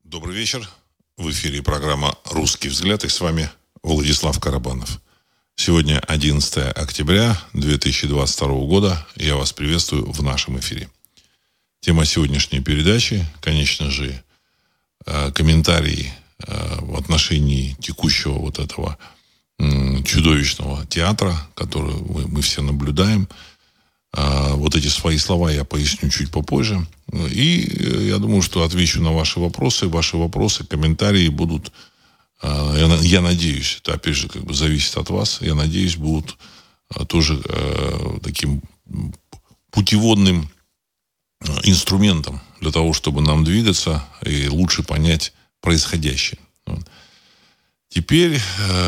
Добрый вечер. В эфире программа «Русский взгляд» и с вами Владислав Карабанов. Сегодня 11 октября 2022 года. Я вас приветствую в нашем эфире. Тема сегодняшней передачи, конечно же, комментарии в отношении текущего вот этого чудовищного театра, который мы все наблюдаем. Вот эти свои слова я поясню чуть попозже. И я думаю, что отвечу на ваши вопросы. Ваши вопросы, комментарии будут, я надеюсь, это опять же зависит от вас, я надеюсь, будут тоже таким путеводным инструментом для того, чтобы нам двигаться и лучше понять происходящее. Теперь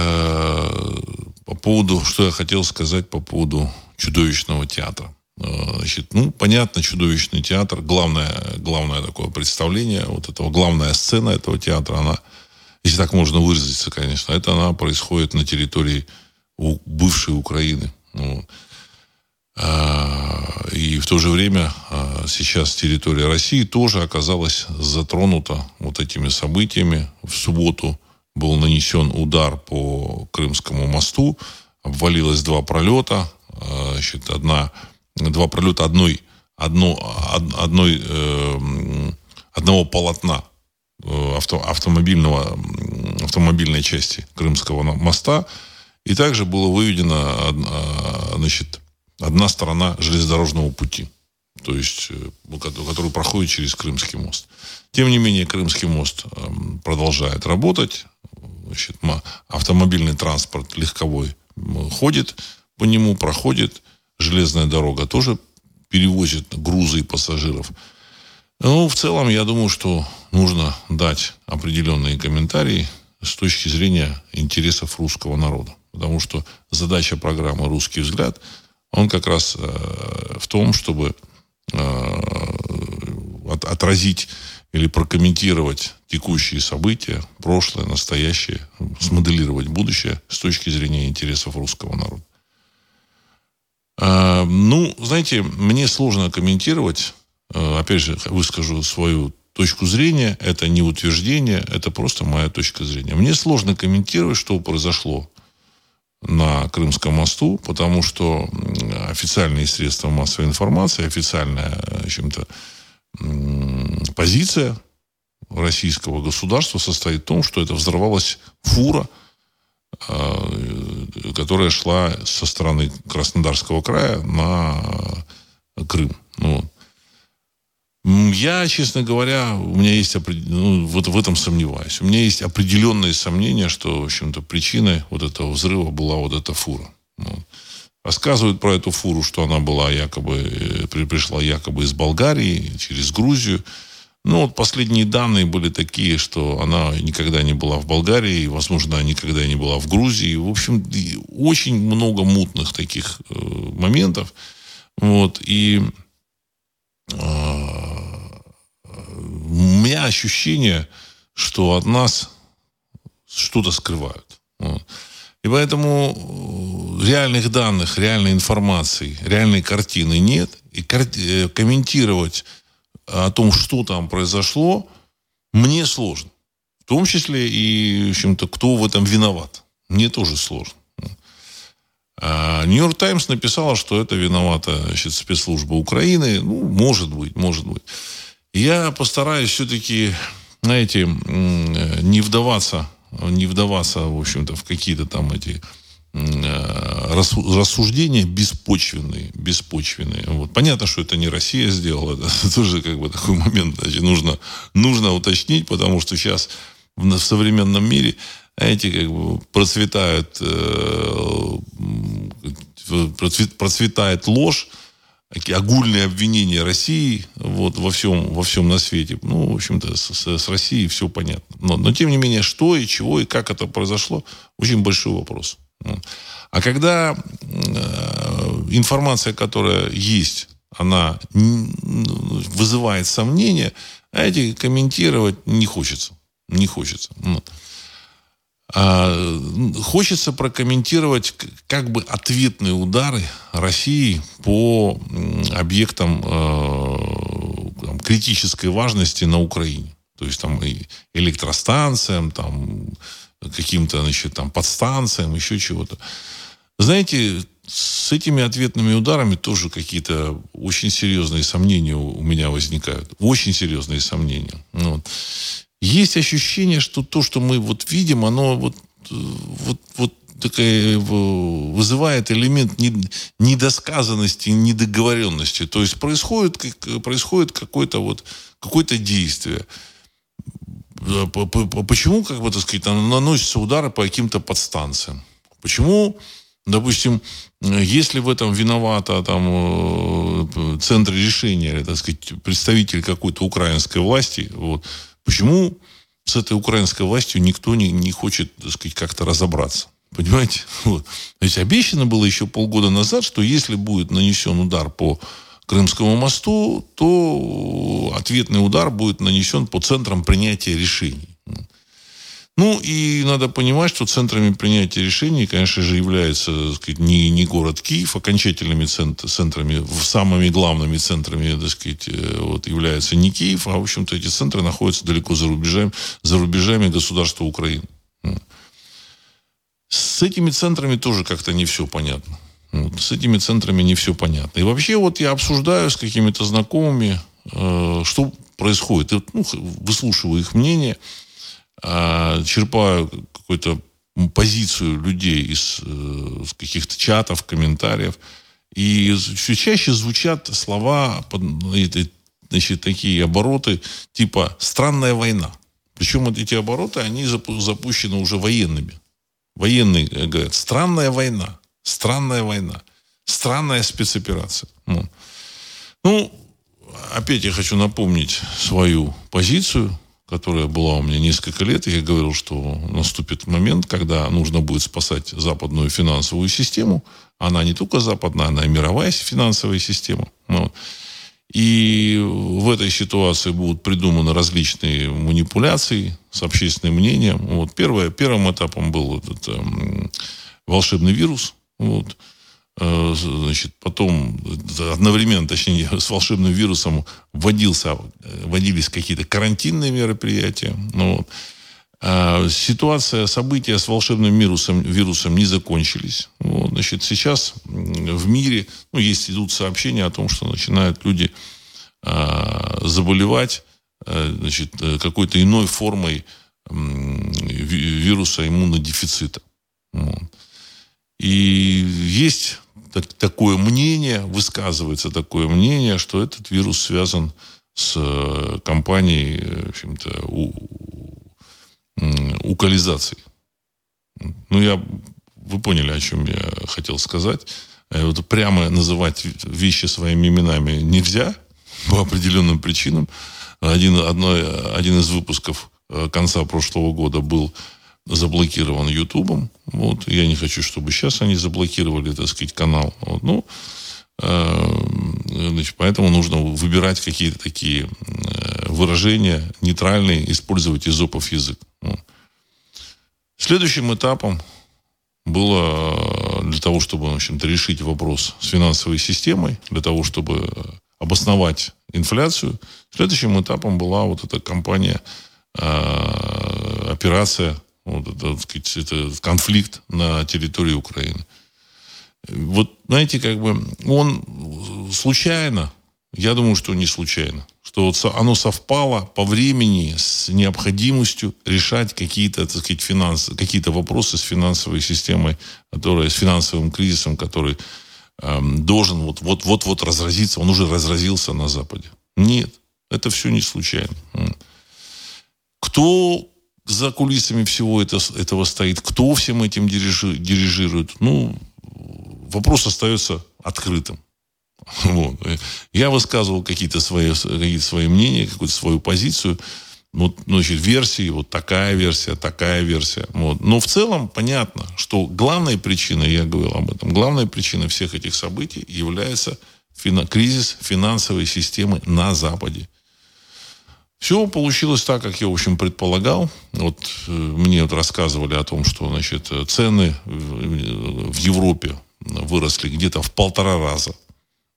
по поводу, что я хотел сказать по поводу чудовищного театра. Значит, понятно, чудовищный театр, главное такое представление, вот этого, главная сцена этого театра, она, если так можно выразиться, конечно, она происходит на территории бывшей Украины. И в то же время сейчас территория России тоже оказалась затронута вот этими событиями. В субботу был нанесен удар по Крымскому мосту, обвалилось два пролета, два пролета одного полотна автомобильной части Крымского моста. И также была выведена одна сторона железнодорожного пути, то есть, который проходит через Крымский мост. Тем не менее, Крымский мост продолжает работать. Автомобильный транспорт легковой ходит по нему, проходит. Железная дорога тоже перевозит грузы и пассажиров. В целом, я думаю, что нужно дать определенные комментарии с точки зрения интересов русского народа. Потому что задача программы «Русский взгляд», он как раз в том, чтобы отразить или прокомментировать текущие события, прошлое, настоящее, смоделировать будущее с точки зрения интересов русского народа. Знаете, мне сложно комментировать. Опять же, выскажу свою точку зрения. Это не утверждение, это просто моя точка зрения. Мне сложно комментировать, что произошло на Крымском мосту, потому что официальные средства массовой информации, официальная, позиция российского государства состоит в том, что это взорвалась фура, которая шла со стороны Краснодарского края на Крым. Я, честно говоря, у меня есть вот в этом сомневаюсь. У меня есть определенные сомнения, что, в общем-то, причиной вот этого взрыва была вот эта фура. Рассказывают про эту фуру, что она была пришла якобы из Болгарии через Грузию. Последние данные были такие, что она никогда не была в Болгарии, возможно, она никогда не была в Грузии. В общем, очень много мутных таких моментов. И у меня ощущение, что от нас что-то скрывают. И поэтому реальных данных, реальной информации, реальной картины нет. И комментировать о том, что там произошло, мне сложно. В том числе и, в общем-то, кто в этом виноват. Мне тоже сложно. Нью-Йорк Таймс написала, что это виновата спецслужба Украины. Может быть. Я постараюсь все-таки, знаете, не вдаваться, в общем-то, в какие-то там эти рассуждения беспочвенные. Понятно, что это не Россия сделала. Это тоже такой момент, значит, нужно уточнить, потому что сейчас в современном мире, знаете, процветает ложь, такие огульные обвинения России во всем на свете. В общем-то, с Россией все понятно. Но тем не менее, что и чего и как это произошло, очень большой вопрос. А когда информация, которая есть, она вызывает сомнения, комментировать не хочется. Хочется прокомментировать ответные удары России по объектам критической важности на Украине. То есть там и электростанциям, там каким-то, значит, там подстанциям, еще чего-то. Знаете, с этими ответными ударами тоже какие-то очень серьезные сомнения у меня возникают. Очень серьезные сомнения. Вот. Есть ощущение, что то, что мы вот видим, оно вот такая вызывает элемент недосказанности, недоговоренности. То есть происходит какое-то действие. Почему, как бы, так сказать, наносятся удары по каким-то подстанциям? Почему, допустим, если в этом виновата там центр решения, так сказать, представитель какой-то украинской власти, вот, почему с этой украинской властью никто не хочет, так сказать, как-то разобраться? Понимаете? Вот. То есть обещано было еще полгода назад, что если будет нанесен удар по Крымскому мосту, то ответный удар будет нанесен по центрам принятия решений. Ну, и надо понимать, что центрами принятия решений, конечно же, является, так сказать, не город Киев, окончательными центрами, самыми главными центрами, так сказать, вот, является не Киев, а, в общем-то, эти центры находятся далеко за рубежами государства Украины. С этими центрами тоже как-то не все понятно. Вот, с этими центрами не все понятно. И вообще вот я обсуждаю с какими-то знакомыми, что происходит. И, выслушиваю их мнение, черпаю какую-то позицию людей из каких-то чатов, комментариев. И все чаще звучат слова, значит, такие обороты типа «странная война». Причем вот эти обороты, они запущены уже военными. Военные говорят «странная война». Странная война. Странная спецоперация. Ну, опять я хочу напомнить свою позицию, которая была у меня несколько лет. Я говорил, что наступит момент, когда нужно будет спасать западную финансовую систему. Она не только западная, она и мировая финансовая система. И в этой ситуации будут придуманы различные манипуляции с общественным мнением. Вот. Первым этапом был этот волшебный вирус. Вот. Значит, потом одновременно, точнее, с волшебным вирусом вводились какие-то карантинные мероприятия. Вот. События с волшебным вирусом не закончились. Вот. Значит, сейчас в мире идут сообщения о том, что начинают люди заболевать, значит, какой-то иной формой вируса иммунодефицита. Вот. И есть такое мнение, высказывается такое мнение, что этот вирус связан с компанией, в общем-то, укализации. Вы поняли, о чем я хотел сказать. Вот прямо называть вещи своими именами нельзя по определенным причинам. Один из выпусков конца прошлого года был заблокирован Ютубом. Вот. Я не хочу, чтобы сейчас они заблокировали, так сказать, канал. Вот. Значит, поэтому нужно выбирать какие-то такие выражения нейтральные, использовать эзопов язык. Вот. Следующим этапом было для того, чтобы, в общем-то, решить вопрос с финансовой системой, для того, чтобы обосновать инфляцию. Следующим этапом была вот эта кампания, операция, вот это, так сказать, это конфликт на территории Украины. Вот, знаете, как бы он случайно, я думаю, что не случайно, что вот оно совпало по времени с необходимостью решать какие-то, так сказать, какие-то вопросы с финансовой системой, с финансовым кризисом, который должен вот разразиться, он уже разразился на Западе. Нет, это все не случайно. Кто за кулисами всего этого стоит, кто всем этим дирижирует, вопрос остается открытым. Вот. Я высказывал какие-то свои мнения, какую-то свою позицию. Значит, версии, вот такая версия. Вот. Но в целом понятно, что главной причиной, я говорил об этом, главной причиной всех этих событий является кризис финансовой системы на Западе. Все получилось так, как я, в общем, предполагал. Мне рассказывали о том, что, значит, цены в Европе выросли где-то в 1,5 раза.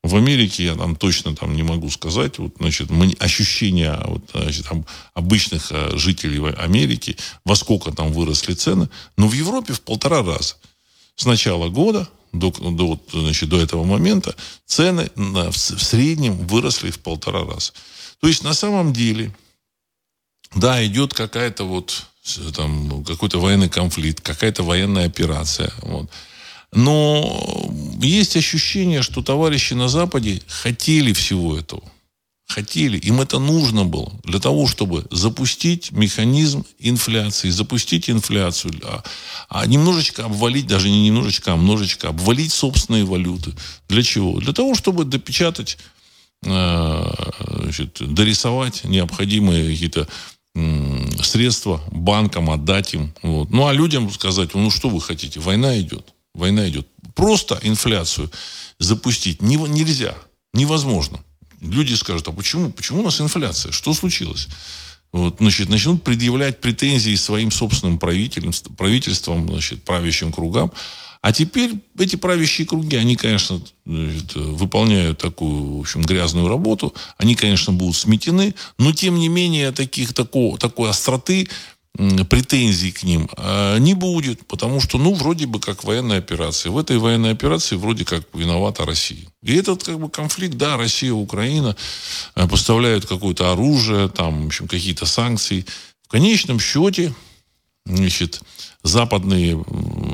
В Америке я там точно там не могу сказать. Вот, значит, ощущения вот, значит, там, обычных жителей Америки, во сколько там выросли цены. Но в Европе в 1,5 раза. С начала года до этого момента цены в среднем выросли в 1,5 раза. То есть на самом деле, да, идет какая-то вот там, какой-то военный конфликт, какая-то военная операция. Вот. Но есть ощущение, что товарищи на Западе хотели всего этого. Хотели. Им это нужно было для того, чтобы запустить механизм инфляции, запустить инфляцию, а немножечко обвалить, даже не немножечко, а множечко обвалить собственные валюты. Для чего? Для того, чтобы допечатать, значит, дорисовать необходимые какие-то средства банкам, отдать им. Вот. Ну, а людям сказать, ну, что вы хотите? Война идет. Война идет. Просто инфляцию запустить нельзя. Невозможно. Люди скажут, а почему? Почему у нас инфляция? Что случилось? Вот, значит, начнут предъявлять претензии своим собственным правительствам, значит, правящим кругам. А теперь эти правящие круги, они, конечно, значит, выполняют такую, в общем, грязную работу. Они, конечно, будут сметены. Но, тем не менее, такой остроты, претензий к ним не будет, потому что, ну, вроде бы как военная операция. В этой военной операции вроде как виновата Россия. И этот как бы конфликт, да, Россия, Украина поставляют какое-то оружие, там, в общем, какие-то санкции. В конечном счете, значит, западные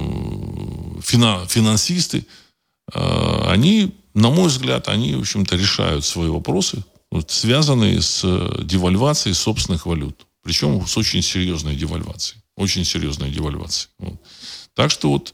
финансисты, они, на мой взгляд, они, в общем-то, решают свои вопросы, вот, связанные с девальвацией собственных валют. Причем с очень серьезной девальвацией. Очень серьезной девальвацией. Вот. Так что вот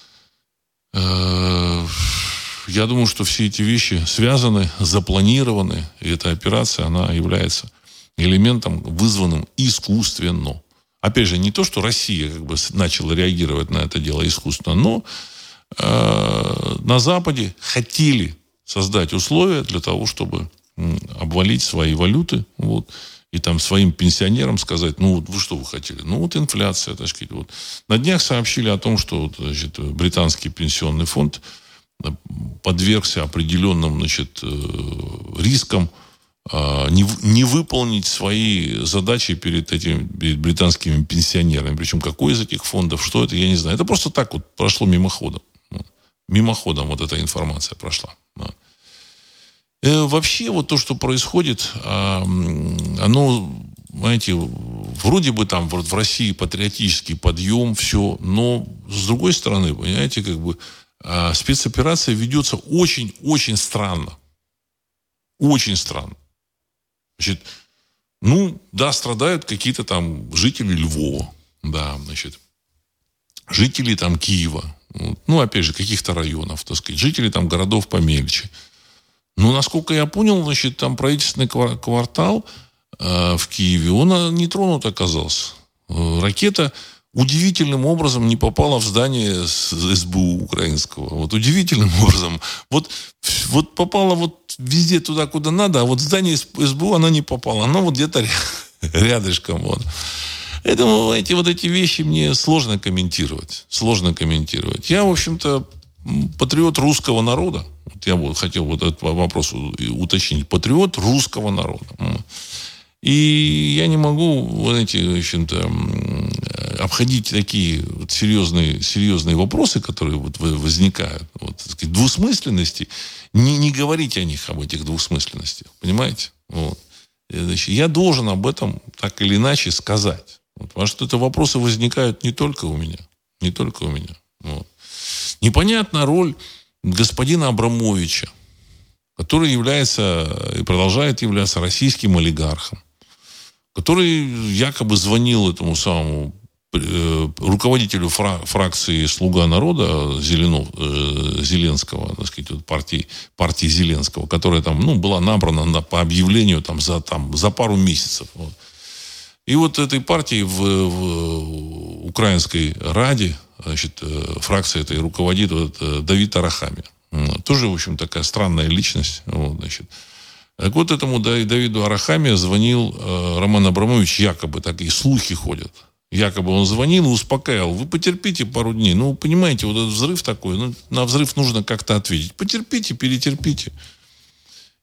я думаю, что все эти вещи связаны, запланированы. И эта операция, она является элементом, вызванным искусственно. Опять же, не то, что Россия как бы начала реагировать на это дело искусственно, но на Западе хотели создать условия для того, чтобы обвалить свои валюты. Вот. И там своим пенсионерам сказать, ну, вот вы что вы хотели? Ну, вот инфляция, так сказать. Вот. На днях сообщили о том, что вот, значит, британский пенсионный фонд подвергся определенным, значит, рискам не выполнить свои задачи перед британскими пенсионерами. Причем какой из этих фондов, что это, я не знаю. Это просто так вот прошло мимоходом. Мимоходом вот эта информация прошла. Вообще вот то, что происходит, оно, знаете, вроде бы там в России патриотический подъем, все, но с другой стороны, понимаете, как бы спецоперация ведется очень-очень странно. Очень странно. Значит, ну, да, страдают какие-то там жители Львова, да, значит, жители там Киева, ну, опять же, каких-то районов, так сказать, жители там городов помельче. Ну, насколько я понял, значит, там правительственный квартал в Киеве, он не тронут оказался. Ракета удивительным образом не попала в здание СБУ украинского. Вот удивительным образом. Вот попала вот везде туда, куда надо, а вот в здание СБУ она не попала. Она вот где-то рядышком. Вот. Поэтому эти вещи мне сложно комментировать. Сложно комментировать. Я, в общем-то, патриот русского народа. Вот я вот хотел вот этот вопрос уточнить. Патриот русского народа. И я не могу в общем-то, обходить такие вот серьезные вопросы, которые вот возникают. Вот, так сказать, двусмысленности. Не говорить о них, об этих двусмысленностях. Понимаете? Вот. Значит, я должен об этом так или иначе сказать. Вот, потому что это вопросы возникают не только у меня. Не только у меня. Вот. Непонятна роль господина Абрамовича, который является и продолжает являться российским олигархом, который якобы звонил этому самому руководителю фракции «Слуга народа» Зеленского, так сказать, партии Зеленского, которая там, ну, была набрана по объявлению за пару месяцев. Вот. И вот этой партии в Украинской Раде, значит, фракция этой руководит Давид Арахамия. Тоже, в общем, такая странная личность. Вот, значит. Так вот, этому Давиду Арахамия звонил Роман Абрамович, якобы, такие слухи ходят. Якобы он звонил и успокаивал. Вы потерпите пару дней. Ну, понимаете, вот этот взрыв такой, ну, на взрыв нужно как-то ответить. Потерпите, перетерпите.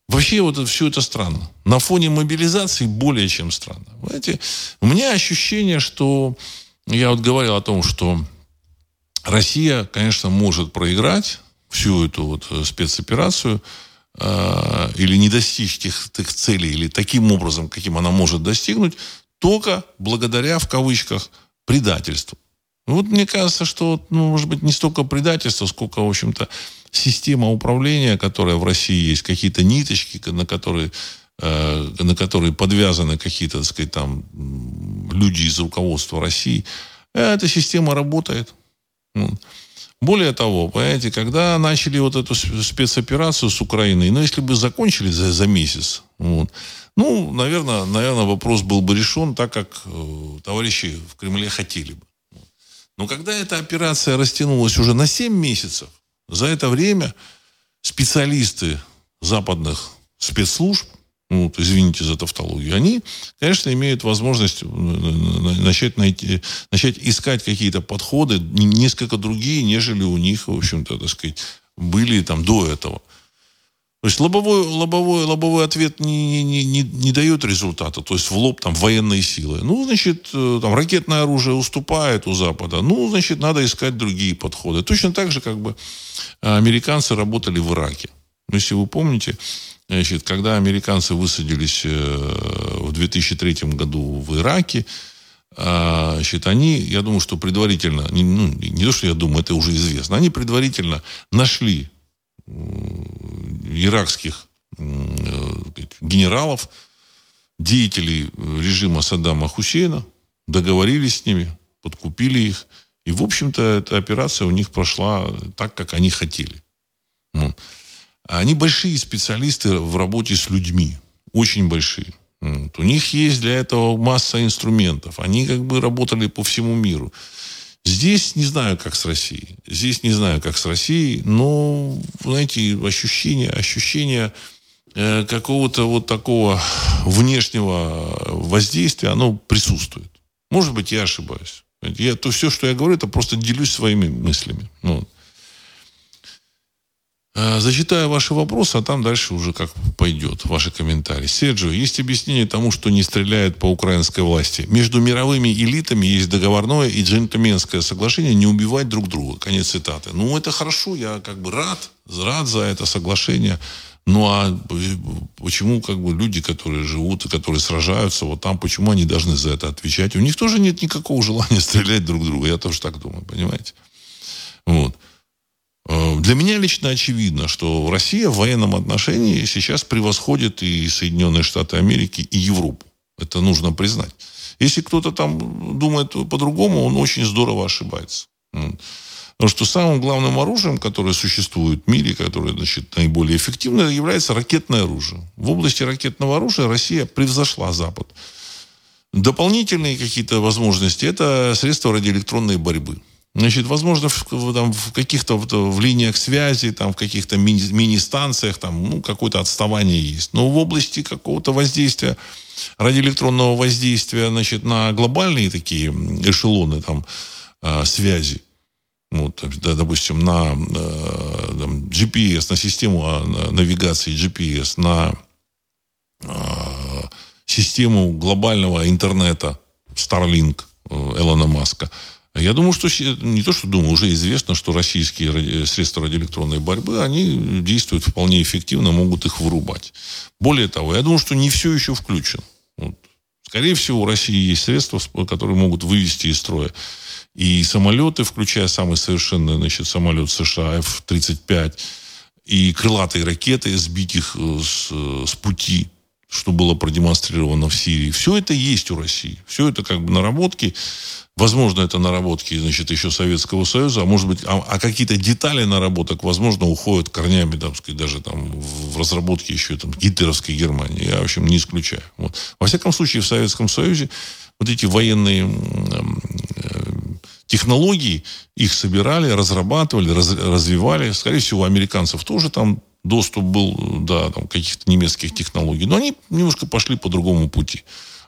Вообще вот все это странно. На фоне мобилизации более чем странно. Понимаете, у меня ощущение, что я вот говорил о том, что Россия, конечно, может проиграть всю эту вот спецоперацию или не достичь тех целей, или таким образом, каким она может достигнуть, только благодаря, в кавычках, предательству. Вот мне кажется, что, может быть, не столько предательство, сколько, в общем-то, система управления, которая в России есть, какие-то ниточки, на которые подвязаны какие-то, так сказать, там люди из руководства России. Эта система работает. Более того, понимаете, когда начали вот эту спецоперацию с Украиной, если бы закончили за месяц, наверное, вопрос был бы решен так, как товарищи в Кремле хотели бы. Но когда эта операция растянулась уже на 7 месяцев, за это время специалисты западных спецслужб, извините за тавтологию, они, конечно, имеют возможность начать искать какие-то подходы, несколько другие, нежели у них, в общем-то, так сказать, были там до этого. То есть лобовой ответ не дает результата, то есть в лоб там военные силы. Там ракетное оружие уступает у Запада, надо искать другие подходы. Точно так же, как бы американцы работали в Ираке. Если вы помните, когда американцы высадились в 2003 году в Ираке, они, я думаю, что предварительно, не то, что я думаю, это уже известно, они предварительно нашли иракских генералов, деятелей режима Саддама Хусейна, договорились с ними, подкупили их. И, в общем-то, эта операция у них прошла так, как они хотели. Они большие специалисты в работе с людьми. Очень большие. У них есть для этого масса инструментов. Они как бы работали по всему миру. Здесь не знаю, как с Россией. Но, знаете, ощущение какого-то вот такого внешнего воздействия, оно присутствует. Может быть, я ошибаюсь. Все, что я говорю, это просто делюсь своими мыслями. Зачитаю ваши вопросы, а там дальше уже как пойдет, ваши комментарии. Серджио, есть объяснение тому, что не стреляют по украинской власти. Между мировыми элитами есть договорное и джентльменское соглашение не убивать друг друга. Конец цитаты. Это хорошо, я как бы рад за это соглашение. А почему как бы люди, которые живут и которые сражаются вот там, почему они должны за это отвечать? У них тоже нет никакого желания стрелять друг друга. Я тоже так думаю, понимаете? Для меня лично очевидно, что Россия в военном отношении сейчас превосходит и Соединенные Штаты Америки, и Европу. Это нужно признать. Если кто-то там думает по-другому, он очень здорово ошибается. Потому что самым главным оружием, которое существует в мире, которое, наиболее эффективное, является ракетное оружие. В области ракетного оружия Россия превзошла Запад. Дополнительные какие-то возможности – это средства радиоэлектронной борьбы. Возможно, в каких-то в линиях связи, в каких-то мини-станциях, какое-то отставание есть. Но в области какого-то воздействия, радиоэлектронного воздействия, на глобальные такие эшелоны связи, допустим, на GPS, на систему навигации GPS, на систему глобального интернета Starlink Элона Маска. Я думаю, что не то, что думаю, уже известно, что российские средства радиоэлектронной борьбы, они действуют вполне эффективно, могут их вырубать. Более того, я думаю, что не все еще включено. Скорее всего, у России есть средства, которые могут вывести из строя и самолеты, включая самый совершенный, самолет США F-35, и крылатые ракеты, сбить их с пути, что было продемонстрировано в Сирии. Все это есть у России. Все это как бы наработки. Возможно, это наработки, еще Советского Союза, а может быть, какие-то детали наработок, возможно, уходят корнями, даже в разработке еще гитлеровской Германии. Я, в общем, не исключаю. Во всяком случае, в Советском Союзе вот эти военные технологии, их собирали, разрабатывали, развивали. Скорее всего, у американцев тоже доступ был до каких-то немецких технологий. Но они немножко пошли по другому пути.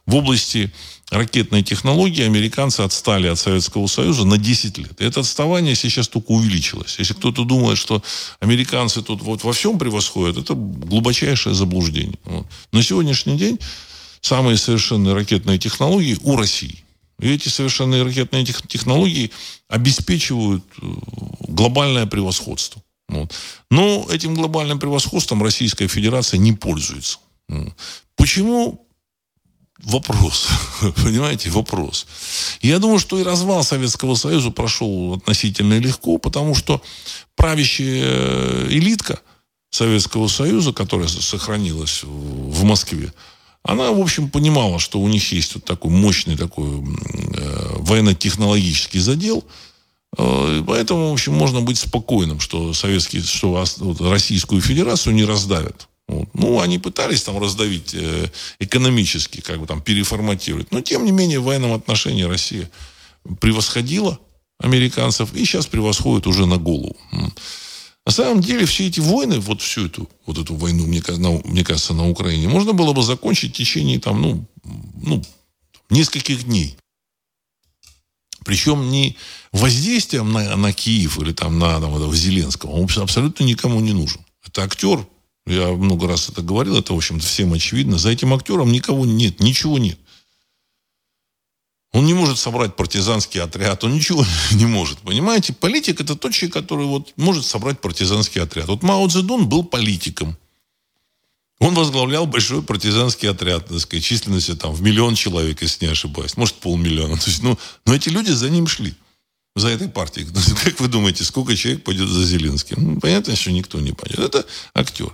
в области ракетной технологии американцы отстали от Советского Союза на 10 лет. И это отставание сейчас только увеличилось. Если кто-то думает, что американцы тут вот во всем превосходят, это глубочайшее заблуждение. Вот. На сегодняшний день самые совершенные ракетные технологии у России. И эти совершенные ракетные технологии обеспечивают глобальное превосходство. Вот. Но этим глобальным превосходством Российская Федерация не пользуется. Почему? Вопрос. Понимаете? Вопрос. Я думаю, что и развал Советского Союза прошел относительно легко, потому что правящая элитка Советского Союза, которая сохранилась в Москве, она, в общем, понимала, что у них есть вот такой мощный такой военно-технологический задел. Поэтому, в общем, можно быть спокойным, что Российскую Федерацию не раздавят. Вот. Ну, они пытались там раздавить экономически, как бы там переформатировать. Но, тем не менее, в военном отношении Россия превосходила американцев и сейчас превосходит уже на голову. На самом деле, все эти войны, вот всю эту войну, мне кажется, на Украине, можно было бы закончить в течение там, нескольких дней. Причем не воздействием на Киев или там, на Зеленского. Он абсолютно никому не нужен. Это актер. Я много раз это говорил. Это, в общем-то, всем очевидно. За этим актером никого нет. Ничего нет. Он не может собрать партизанский отряд. Он ничего не может. Понимаете? Политик – это тот человек, который вот может собрать партизанский отряд. Вот Мао Цзэдун был политиком. Он возглавлял большой партизанский отряд, так сказать, численностью там, в 1 миллион человек, если не ошибаюсь. Может, 500 000. То есть, но эти люди за ним шли. За этой партией. Как вы думаете, сколько человек пойдет за Зеленским? Понятно, что никто не пойдет. Это актер.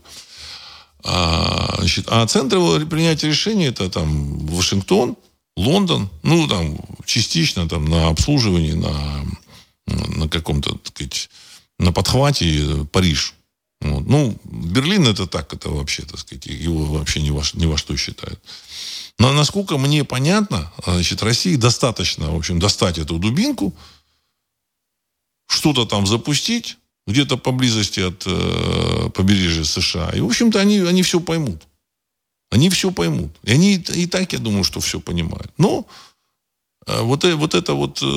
А центр его принятия решений – это там Вашингтон, Лондон, там частично там, на обслуживании, на каком-то, так сказать, на подхвате Париж. Вот. Берлин это так, это вообще, так сказать, его вообще ни во что считают. Но насколько мне понятно, России достаточно, в общем, достать эту дубинку, что-то там запустить, где-то поблизости от побережья США. И, в общем-то, они все поймут. Они все поймут. И они и так, я думаю, что все понимают. Но вот эта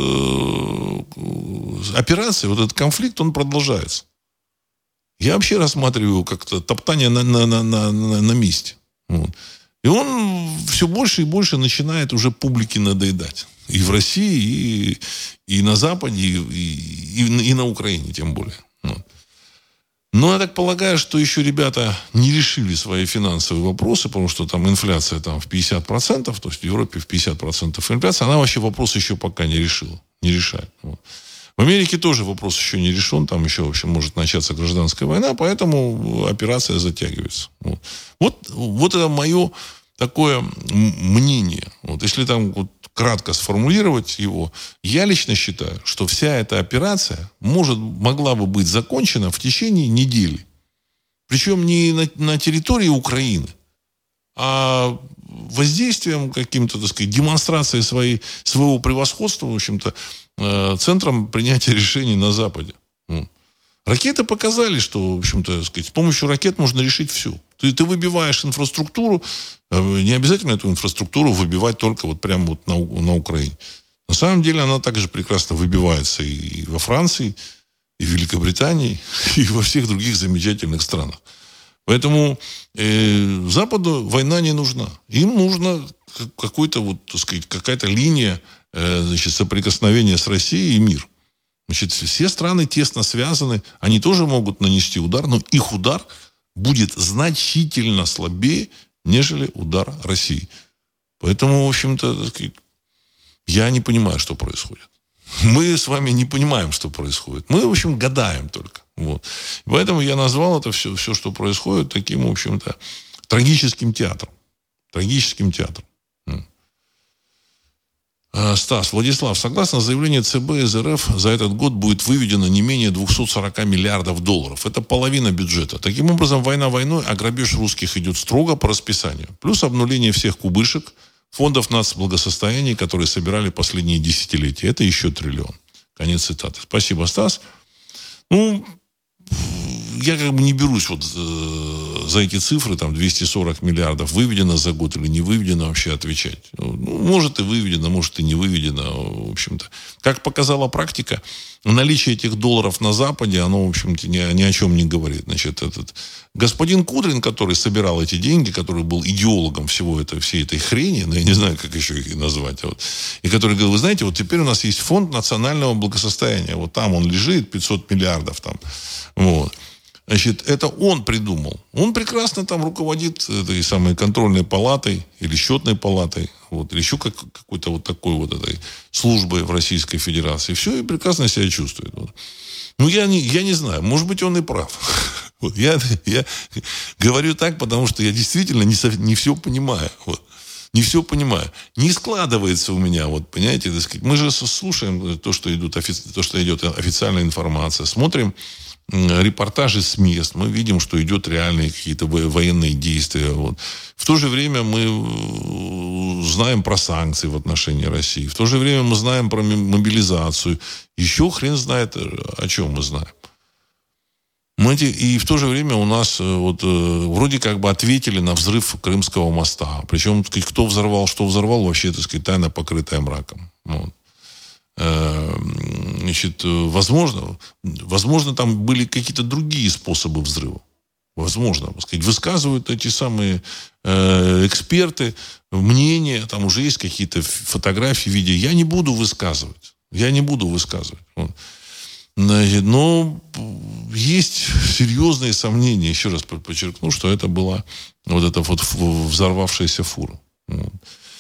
операция, вот этот конфликт, он продолжается. Я вообще рассматриваю его как-то топтание на месте. Вот. И он все больше и больше начинает уже публике надоедать. И в России, и на Западе, и на Украине тем более. Вот. Но я так полагаю, что еще ребята не решили свои финансовые вопросы, потому что там инфляция там, в 50%, то есть в Европе в 50% инфляция, она вообще вопрос еще пока не решила, не решает. Вот. В Америке тоже вопрос еще не решен, там еще, в общем, может начаться гражданская война, поэтому операция затягивается. Вот это мое такое мнение. Вот, если там вот, кратко сформулировать его, я лично считаю, что вся эта операция могла бы быть закончена в течение недели. Причем не на территории Украины, а воздействием каким-то, так сказать, демонстрацией своего превосходства, в общем-то, центром принятия решений на Западе. Ракеты показали, что, в общем-то, так сказать, с помощью ракет можно решить все. Ты выбиваешь инфраструктуру, не обязательно эту инфраструктуру выбивать только вот прямо вот на Украине. На самом деле она также прекрасно выбивается и во Франции, и в Великобритании, и во всех других замечательных странах. Поэтому Западу война не нужна. Им нужна какой-то, вот, так сказать, какая-то линия соприкосновения с Россией и мир. Значит, все страны тесно связаны, они тоже могут нанести удар, но их удар будет значительно слабее, нежели удар России. Поэтому, в общем-то, так сказать, я не понимаю, что происходит. Мы с вами не понимаем, что происходит. Мы, в общем, гадаем только. Вот. Поэтому я назвал это все, что происходит, таким, в общем-то, трагическим театром. Трагическим театром. Стас, Владислав, согласно заявлению ЦБ из РФ, за этот год будет выведено не менее 240 миллиардов долларов. Это половина бюджета. Таким образом, война войной, а грабеж русских идет строго по расписанию. Плюс обнуление всех кубышек, фондов нацблагосостояния, которые собирали последние десятилетия. Это еще триллион. Конец цитаты. Спасибо, Стас. я как бы не берусь вот за эти цифры, там 240 миллиардов выведено за год или не выведено вообще отвечать. Ну, может и выведено, может и не выведено, в общем-то. Как показала практика, наличие этих долларов на Западе, оно, в общем-то, ни о чем не говорит. Значит, этот господин Кудрин, который собирал эти деньги, который был идеологом всей этой хрени, ну, я не знаю, как еще их назвать, вот, и который говорил, вы знаете, вот теперь у нас есть фонд национального благосостояния, вот там он лежит, 500 миллиардов там, вот. Значит, это он придумал. Он прекрасно там руководит этой самой контрольной палатой или счетной палатой, вот, или еще какой-то вот такой вот этой службой в Российской Федерации. Все, и прекрасно себя чувствует. Вот. Ну, я не знаю. Может быть, он и прав. Вот, я говорю так, потому что я действительно не все понимаю. Вот. Не все понимаю. Не складывается у меня, вот, понимаете, так сказать, мы же слушаем то, что идет официальная информация, смотрим репортажи с мест, мы видим, что идет реальные какие-то военные действия. Вот. В то же время мы знаем про санкции в отношении России. В то же время мы знаем про мобилизацию. Еще хрен знает, о чем мы знаем. И в то же время у нас вот, вроде как бы ответили на взрыв Крымского моста. Причем, так сказать, кто взорвал, что взорвал, вообще, так сказать, тайна, покрытая мраком. Вот. Значит, возможно, там были какие-то другие способы взрыва. Возможно, так сказать, высказывают эти самые эксперты мнения, там уже есть какие-то фотографии, видео. Я не буду высказывать. Вот. Но есть серьезные сомнения. Еще раз подчеркну, что это была вот эта вот взорвавшаяся фура. Вот.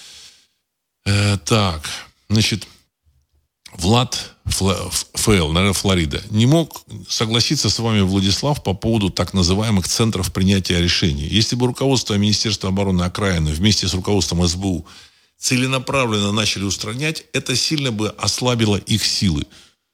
Так, значит, Влад Фейл, наверное, Флорида, не мог согласиться с вами, Владислав, по поводу так называемых центров принятия решений. Если бы руководство Министерства обороны окраины вместе с руководством СБУ целенаправленно начали устранять, это сильно бы ослабило их силы.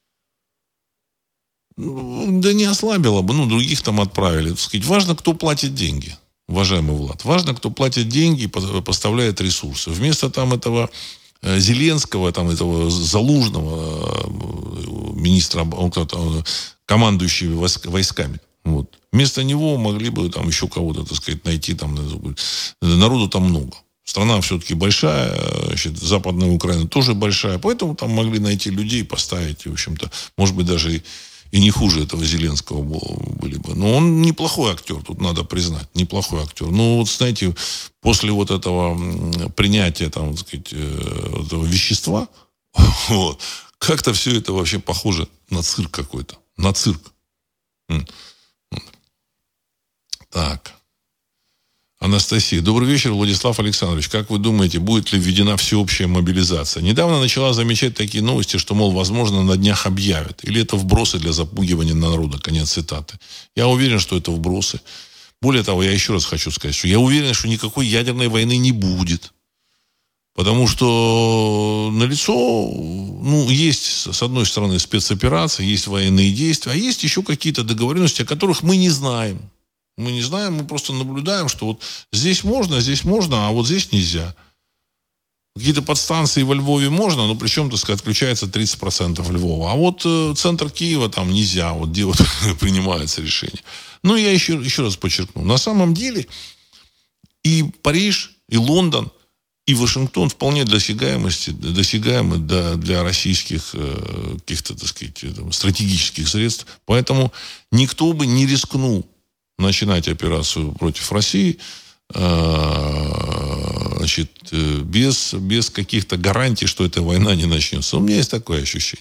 Да не ослабило бы, других там отправили. Так сказать, важно, кто платит деньги, уважаемый Влад. Важно, кто платит деньги и поставляет ресурсы. Вместо там этого Зеленского, там этого Залужного министра, командующего войсками. Вот. Вместо него могли бы там еще кого-то, так сказать, найти. Там, народу там много. Страна все-таки большая, значит, Западная Украина тоже большая, поэтому там могли найти людей, поставить, и, в общем-то, может быть, даже и не хуже этого Зеленского были бы. Но он неплохой актер, тут надо признать, неплохой актер. Ну, вот, знаете, после вот этого принятия, там, так сказать, этого вещества, вот, как-то все это вообще похоже на цирк какой-то. На цирк. Так. Анастасия. Добрый вечер, Владислав Александрович. Как вы думаете, будет ли введена всеобщая мобилизация? Недавно начала замечать такие новости, что, мол, возможно, на днях объявят. Или это вбросы для запугивания народа? Конец цитаты. Я уверен, что это вбросы. Более того, я еще раз хочу сказать, что я уверен, что никакой ядерной войны не будет. Потому что налицо, есть, с одной стороны, спецоперация, есть военные действия, а есть еще какие-то договоренности, о которых мы не знаем. Мы не знаем, мы просто наблюдаем, что вот здесь можно, а вот здесь нельзя. Какие-то подстанции во Львове можно, но причем, так сказать, отключается 30% Львова. А вот центр Киева там нельзя, вот где вот принимается решение. Я еще раз подчеркну. На самом деле и Париж, и Лондон, и Вашингтон вполне досягаемы для российских каких-то, так сказать, стратегических средств. Поэтому никто бы не рискнул начинать операцию против России, значит, без каких-то гарантий, что эта война не начнется. У меня есть такое ощущение.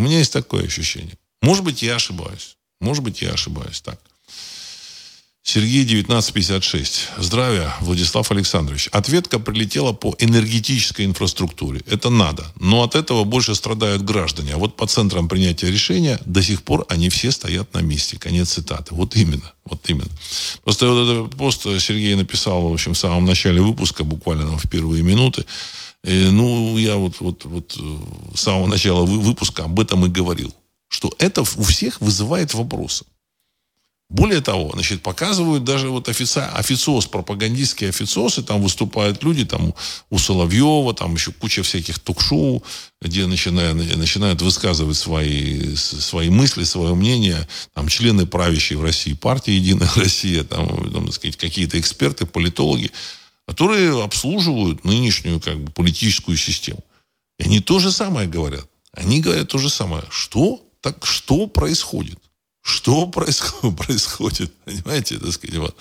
Может быть, я ошибаюсь. Так. Сергей, 1956. Здравия, Владислав Александрович. Ответка прилетела по энергетической инфраструктуре. Это надо. Но от этого больше страдают граждане. А вот по центрам принятия решения до сих пор они все стоят на месте. Конец цитаты. Вот именно. Просто вот этот пост Сергей написал, в общем, в самом начале выпуска, буквально в первые минуты. Я вот с самого начала выпуска об этом и говорил. Что это у всех вызывает вопросы. Более того, значит, показывают даже вот официоз, пропагандистские официозы, там выступают люди, там у Соловьева, там еще куча всяких ток-шоу, где начинают высказывать свои мысли, свое мнение, там члены правящей в России партии «Единая Россия», там, так сказать, какие-то эксперты, политологи, которые обслуживают нынешнюю как бы политическую систему. И они то же самое говорят. Они говорят то же самое. Что происходит? Что происходит? Понимаете, так сказать, вот.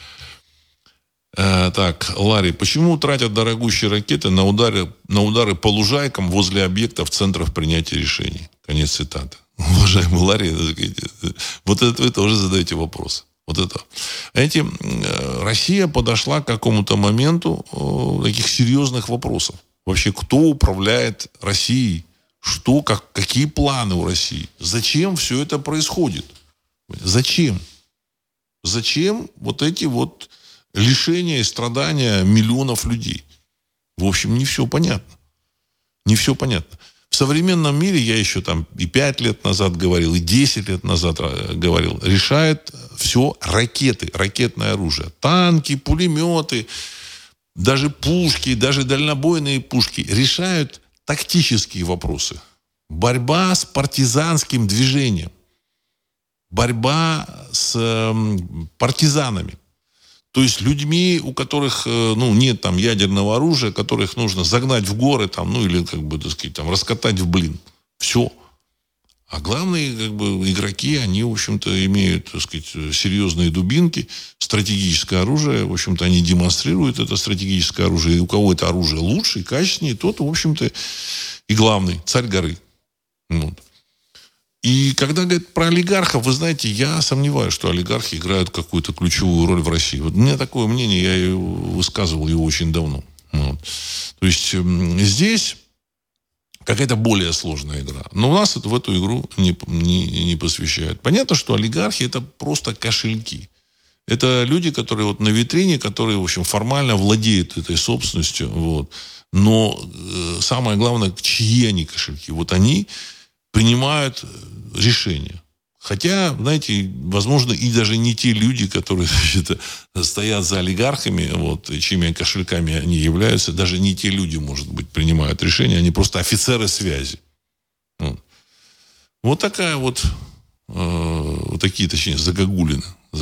Так, Ларри, почему тратят дорогущие ракеты на удары по лужайкам возле объектов центров принятия решений? Конец цитаты. Уважаемый Ларри, так сказать, вот это вы тоже задаете вопрос. Вот это. Знаете, Россия подошла к какому-то моменту таких серьезных вопросов. Вообще, кто управляет Россией? Какие планы у России? Зачем все это происходит? Зачем? Зачем вот эти вот лишения и страдания миллионов людей? В общем, не все понятно. Не все понятно. В современном мире, я еще там и 5 лет назад говорил, и 10 лет назад говорил, решает все ракеты, ракетное оружие. Танки, пулеметы, даже пушки, даже дальнобойные пушки решают тактические вопросы. Борьба с партизанским движением. Борьба с партизанами. То есть людьми, у которых нет там ядерного оружия, которых нужно загнать в горы там, или как бы, так сказать, там, раскатать в блин. Все. А главные как бы, игроки, они, в общем-то, имеют, так сказать, серьезные дубинки, стратегическое оружие. В общем-то, они демонстрируют это стратегическое оружие. И у кого это оружие лучше и качественнее, тот, в общем-то, и главный, царь горы. Вот. И когда говорят про олигархов, вы знаете, я сомневаюсь, что олигархи играют какую-то ключевую роль в России. Вот у меня такое мнение, я высказывал его очень давно. Вот. То есть здесь какая-то более сложная игра. Но у нас в эту игру не посвящают. Понятно, что олигархи это просто кошельки. Это люди, которые вот на витрине, которые, в общем, формально владеют этой собственностью. Вот. Но самое главное, чьи они кошельки. Вот они принимают решения. Хотя, знаете, возможно, и даже не те люди, которые, значит, стоят за олигархами, вот, чьими кошельками они являются, даже не те люди, может быть, принимают решения, они просто офицеры связи. Вот такая вот такие, точнее, загогулины.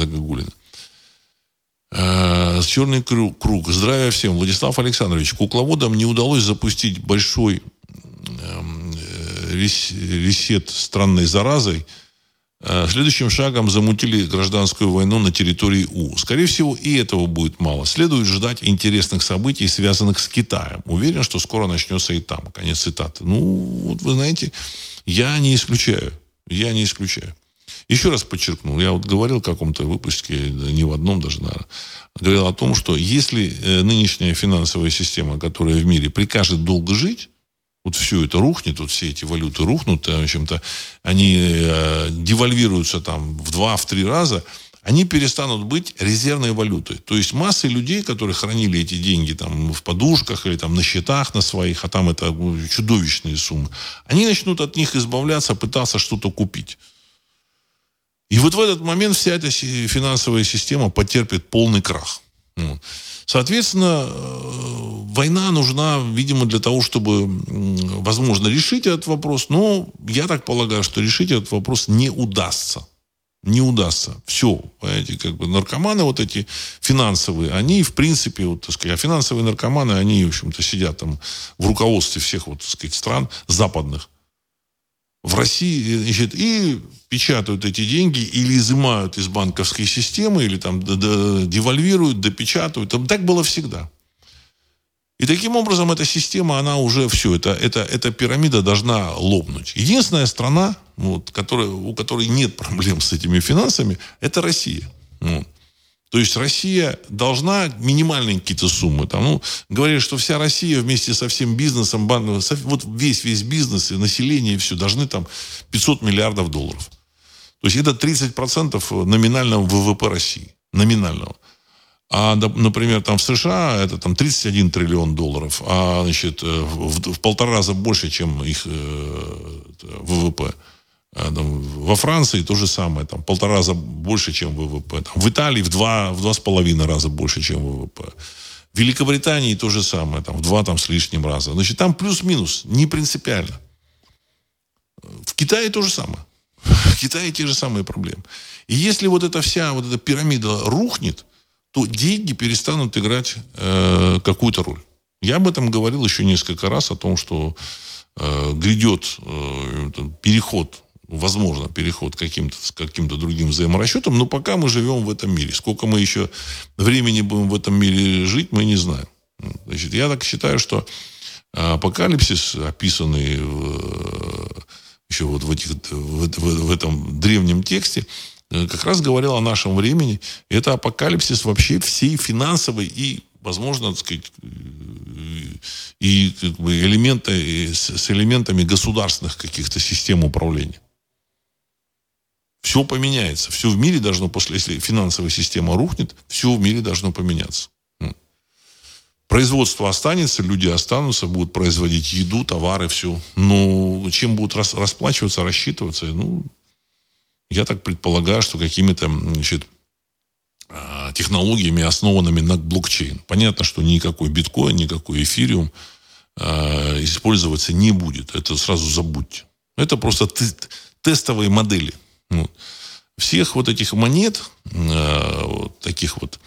Черный круг. Здравия всем. Владислав Александрович, кукловодам не удалось запустить большой ресет странной заразой. Следующим шагом замутили гражданскую войну на территории У. Скорее всего, и этого будет мало. Следует ждать интересных событий, связанных с Китаем. Уверен, что скоро начнется и там. Конец цитаты. Вот вы знаете, я не исключаю. Еще раз подчеркну, я вот говорил в каком-то выпуске, не в одном даже, наверное, говорил о том, что если нынешняя финансовая система, которая в мире прикажет долго жить, вот все это рухнет, вот все эти валюты рухнут, в общем-то, они девальвируются там в 2-3 раза, они перестанут быть резервной валютой. То есть массы людей, которые хранили эти деньги там в подушках или там на счетах на своих, а там это чудовищные суммы, они начнут от них избавляться, пытаться что-то купить. И вот в этот момент вся эта финансовая система потерпит полный крах. Соответственно, война нужна, видимо, для того, чтобы, возможно, решить этот вопрос. Но я так полагаю, что решить этот вопрос не удастся. Не удастся. Все. Понимаете, как бы наркоманы вот эти финансовые, они, в принципе, вот, так сказать, а финансовые наркоманы, они, в общем-то, сидят там в руководстве всех, вот, так сказать, стран западных. В России, значит, и печатают эти деньги или изымают из банковской системы, или там девальвируют, допечатывают. Так было всегда. И таким образом эта система, она уже все, эта пирамида должна лопнуть. Единственная страна, вот, у которой нет проблем с этими финансами, это Россия. То есть Россия должна минимальные какие-то суммы. Там, говорят, что вся Россия вместе со всем бизнесом, вот весь бизнес и население, и все, должны там 500 миллиардов долларов. То есть это 30% номинального ВВП России. Номинального. А, например, там в США это там 31 триллион долларов, а, значит, в 1,5 раза больше, чем их ВВП Во Франции то же самое, там 1,5 раза больше, чем ВВП. Там, в Италии в 2,5 раза больше, чем ВВП. В Великобритании то же самое, там, в 2 с лишним раза. Значит, там плюс-минус, не принципиально. В Китае то же самое. В Китае те же самые проблемы. И если вот эта вся вот эта пирамида рухнет, то деньги перестанут играть какую-то роль. Я об этом говорил еще несколько раз, о том, что грядет переход, возможно, переход к каким-то другим взаиморасчетам, но пока мы живем в этом мире. Сколько мы еще времени будем в этом мире жить, мы не знаем. Значит, я так считаю, что апокалипсис, описанный еще вот в этом древнем тексте, как раз говорил о нашем времени. Это апокалипсис вообще всей финансовой и, возможно, так сказать, и как бы с элементами государственных каких-то систем управления. Все поменяется. Все в мире должно, если финансовая система рухнет, все в мире должно поменяться. Производство останется, люди останутся, будут производить еду, товары, все. Но чем будут расплачиваться, рассчитываться, я так предполагаю, что какими-то, значит, технологиями, основанными на блокчейн. Понятно, что никакой биткоин, никакой эфириум использоваться не будет. Это сразу забудьте. Это просто тестовые модели. Всех вот этих монет, таких вот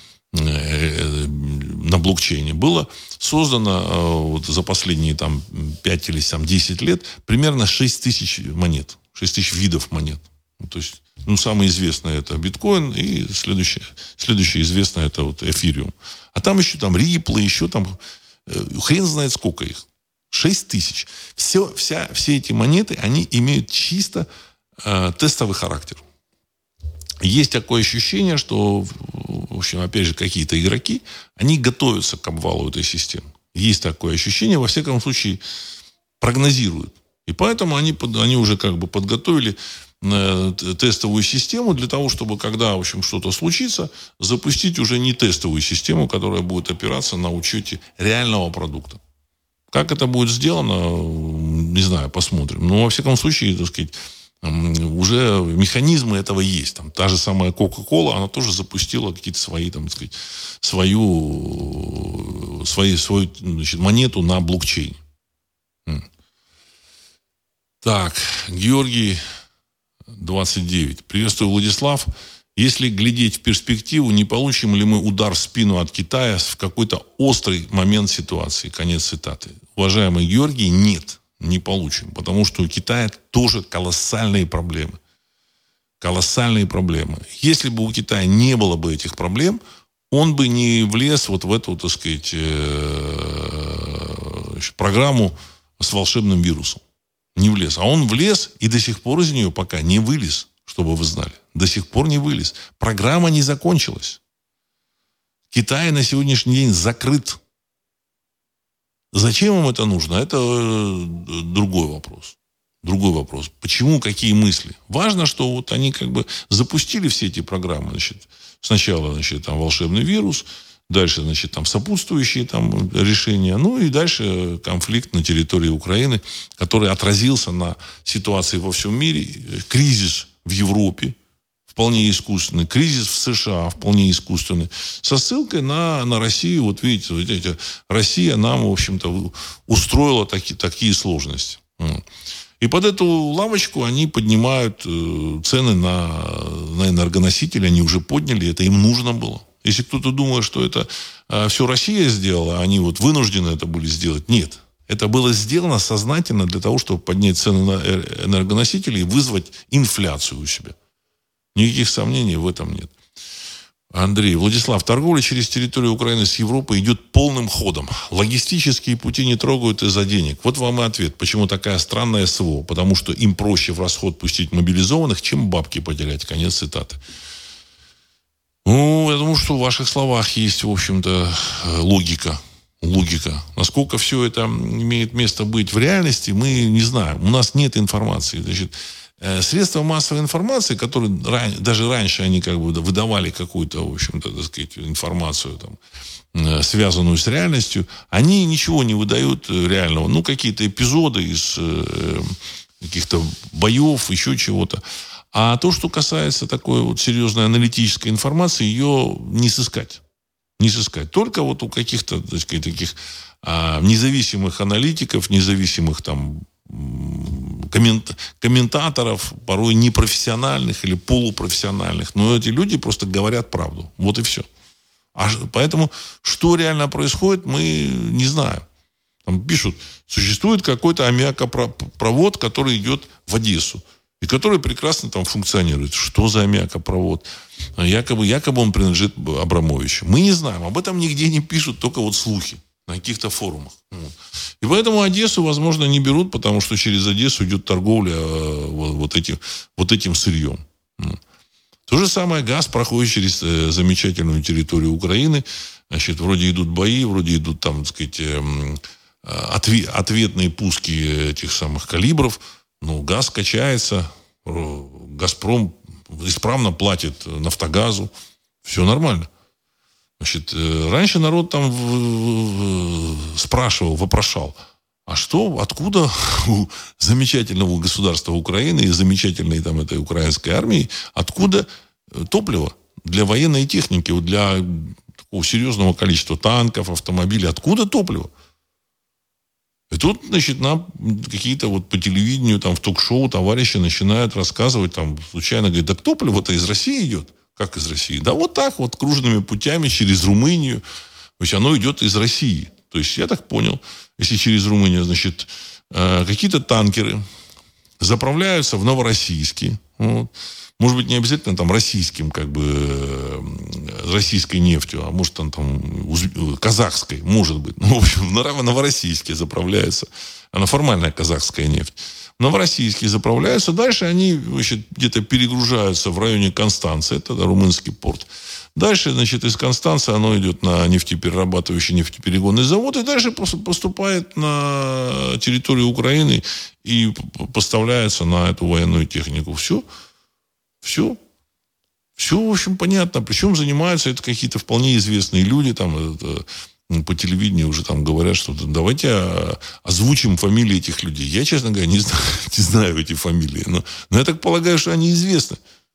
на блокчейне, было создано за последние 5 или 10 лет примерно 6 тысяч монет. 6 тысяч видов монет. То есть, самое известное это биткоин, и следующее известное это вот эфириум. А там еще Ripple, еще хрен знает сколько их. 6 тысяч. Все эти монеты, они имеют чисто тестовый характер. Есть такое ощущение, что, в общем, опять же, какие-то игроки, они готовятся к обвалу этой системы. Есть такое ощущение, во всяком случае, прогнозируют. И поэтому они уже как бы подготовили тестовую систему для того, чтобы, когда, в общем, что-то случится, запустить уже не тестовую систему, которая будет опираться на учете реального продукта. Как это будет сделано, не знаю, посмотрим. Но, во всяком случае, так сказать, уже механизмы этого есть. Та же самая Coca-Cola, она тоже запустила какие-то свои, свою значит, монету на блокчейне. Так, Георгий 29. Приветствую, Владислав. Если глядеть в перспективу, не получим ли мы удар в спину от Китая в какой-то острый момент ситуации? Конец цитаты. Уважаемый Георгий, нет, не получим. Потому что у Китая тоже колоссальные проблемы. Колоссальные проблемы. Если бы у Китая не было бы этих проблем, он бы не влез вот в эту, так сказать, программу с волшебным вирусом. Не влез. А он влез и до сих пор из нее пока не вылез, чтобы вы знали. До сих пор не вылез. Программа не закончилась. Китай на сегодняшний день закрыт. Зачем им это нужно? Это другой вопрос. Другой вопрос. Почему, какие мысли? Важно, что вот они как бы запустили все эти программы. Значит, сначала, значит, волшебный вирус, дальше, значит, сопутствующие решения, и дальше конфликт на территории Украины, который отразился на ситуации во всем мире, кризис в Европе, вполне искусственный, кризис в США, вполне искусственный, со ссылкой на Россию. Вот видите, Россия нам, в общем-то, устроила такие сложности. И под эту лавочку они поднимают цены на энергоносители, они уже подняли, это им нужно было. Если кто-то думает, что это все Россия сделала, они вот вынуждены это были сделать, нет. Это было сделано сознательно для того, чтобы поднять цены на энергоносители и вызвать инфляцию у себя. Никаких сомнений в этом нет. Андрей, Владислав, торговля через территорию Украины с Европой идет полным ходом. Логистические пути не трогают из-за денег. Вот вам и ответ, почему такая странная СВО. Потому что им проще в расход пустить мобилизованных, чем бабки потерять. Конец цитаты. Я думаю, что в ваших словах есть, в общем-то, логика. Насколько все это имеет место быть в реальности, мы не знаем. У нас нет информации. Значит, средства массовой информации, которые даже раньше они как бы выдавали какую-то, в общем-то, так сказать, информацию, связанную с реальностью, они ничего не выдают реального. Какие-то эпизоды из каких-то боев, еще чего-то. А то, что касается такой вот серьезной аналитической информации, ее не сыскать. Не сыскать. Только вот у каких-то, так сказать, таких независимых аналитиков, независимых там комментаторов, порой непрофессиональных или полупрофессиональных. Но эти люди просто говорят правду. Вот и все. Поэтому, что реально происходит, мы не знаем. Там пишут, существует какой-то аммиакопровод, который идет в Одессу. И который прекрасно там функционирует. Что за аммиакопровод? Якобы он принадлежит Абрамовичу. Мы не знаем. Об этом нигде не пишут, только вот слухи на каких-то форумах. И поэтому Одессу, возможно, не берут, потому что через Одессу идет торговля вот этим сырьем. То же самое газ проходит через замечательную территорию Украины. Значит, вроде идут бои, вроде идут там, так сказать, ответные пуски этих самых калибров. Ну, газ качается, «Газпром» исправно платит «Нафтогазу». Все нормально. Значит, раньше народ там спрашивал, вопрошал, а что, откуда у замечательного государства Украины и замечательной там этой украинской армии, откуда топливо для военной техники, для такого серьезного количества танков, автомобилей, откуда топливо? И тут, значит, нам какие-то вот по телевидению, там, в ток-шоу товарищи начинают рассказывать, там, случайно говорят, да топливо-то из России идет. Как из России? Да вот так вот, кружными путями, через Румынию. То есть, оно идет из России. То есть, я так понял, если через Румынию, значит, какие-то танкеры заправляются в Новороссийске. Вот. Может быть, не обязательно там российским, как бы, российской нефтью, а может, там казахской, может быть. Ну, в общем, в Новороссийске заправляется. Она формальная казахская нефть. В Новороссийске заправляются. Дальше они, значит, где-то перегружаются в районе Констанции. Это румынский порт. Дальше, значит, из Констанции оно идет на нефтеперерабатывающий нефтеперегонный завод. И дальше поступает на территорию Украины и поставляется на эту военную технику. Все. Все, в общем, понятно. Причем занимаются это какие-то вполне известные люди. Там, по телевидению уже там говорят, что давайте озвучим фамилии этих людей. Я, честно говоря, не знаю эти фамилии. Но я так полагаю, что они известны.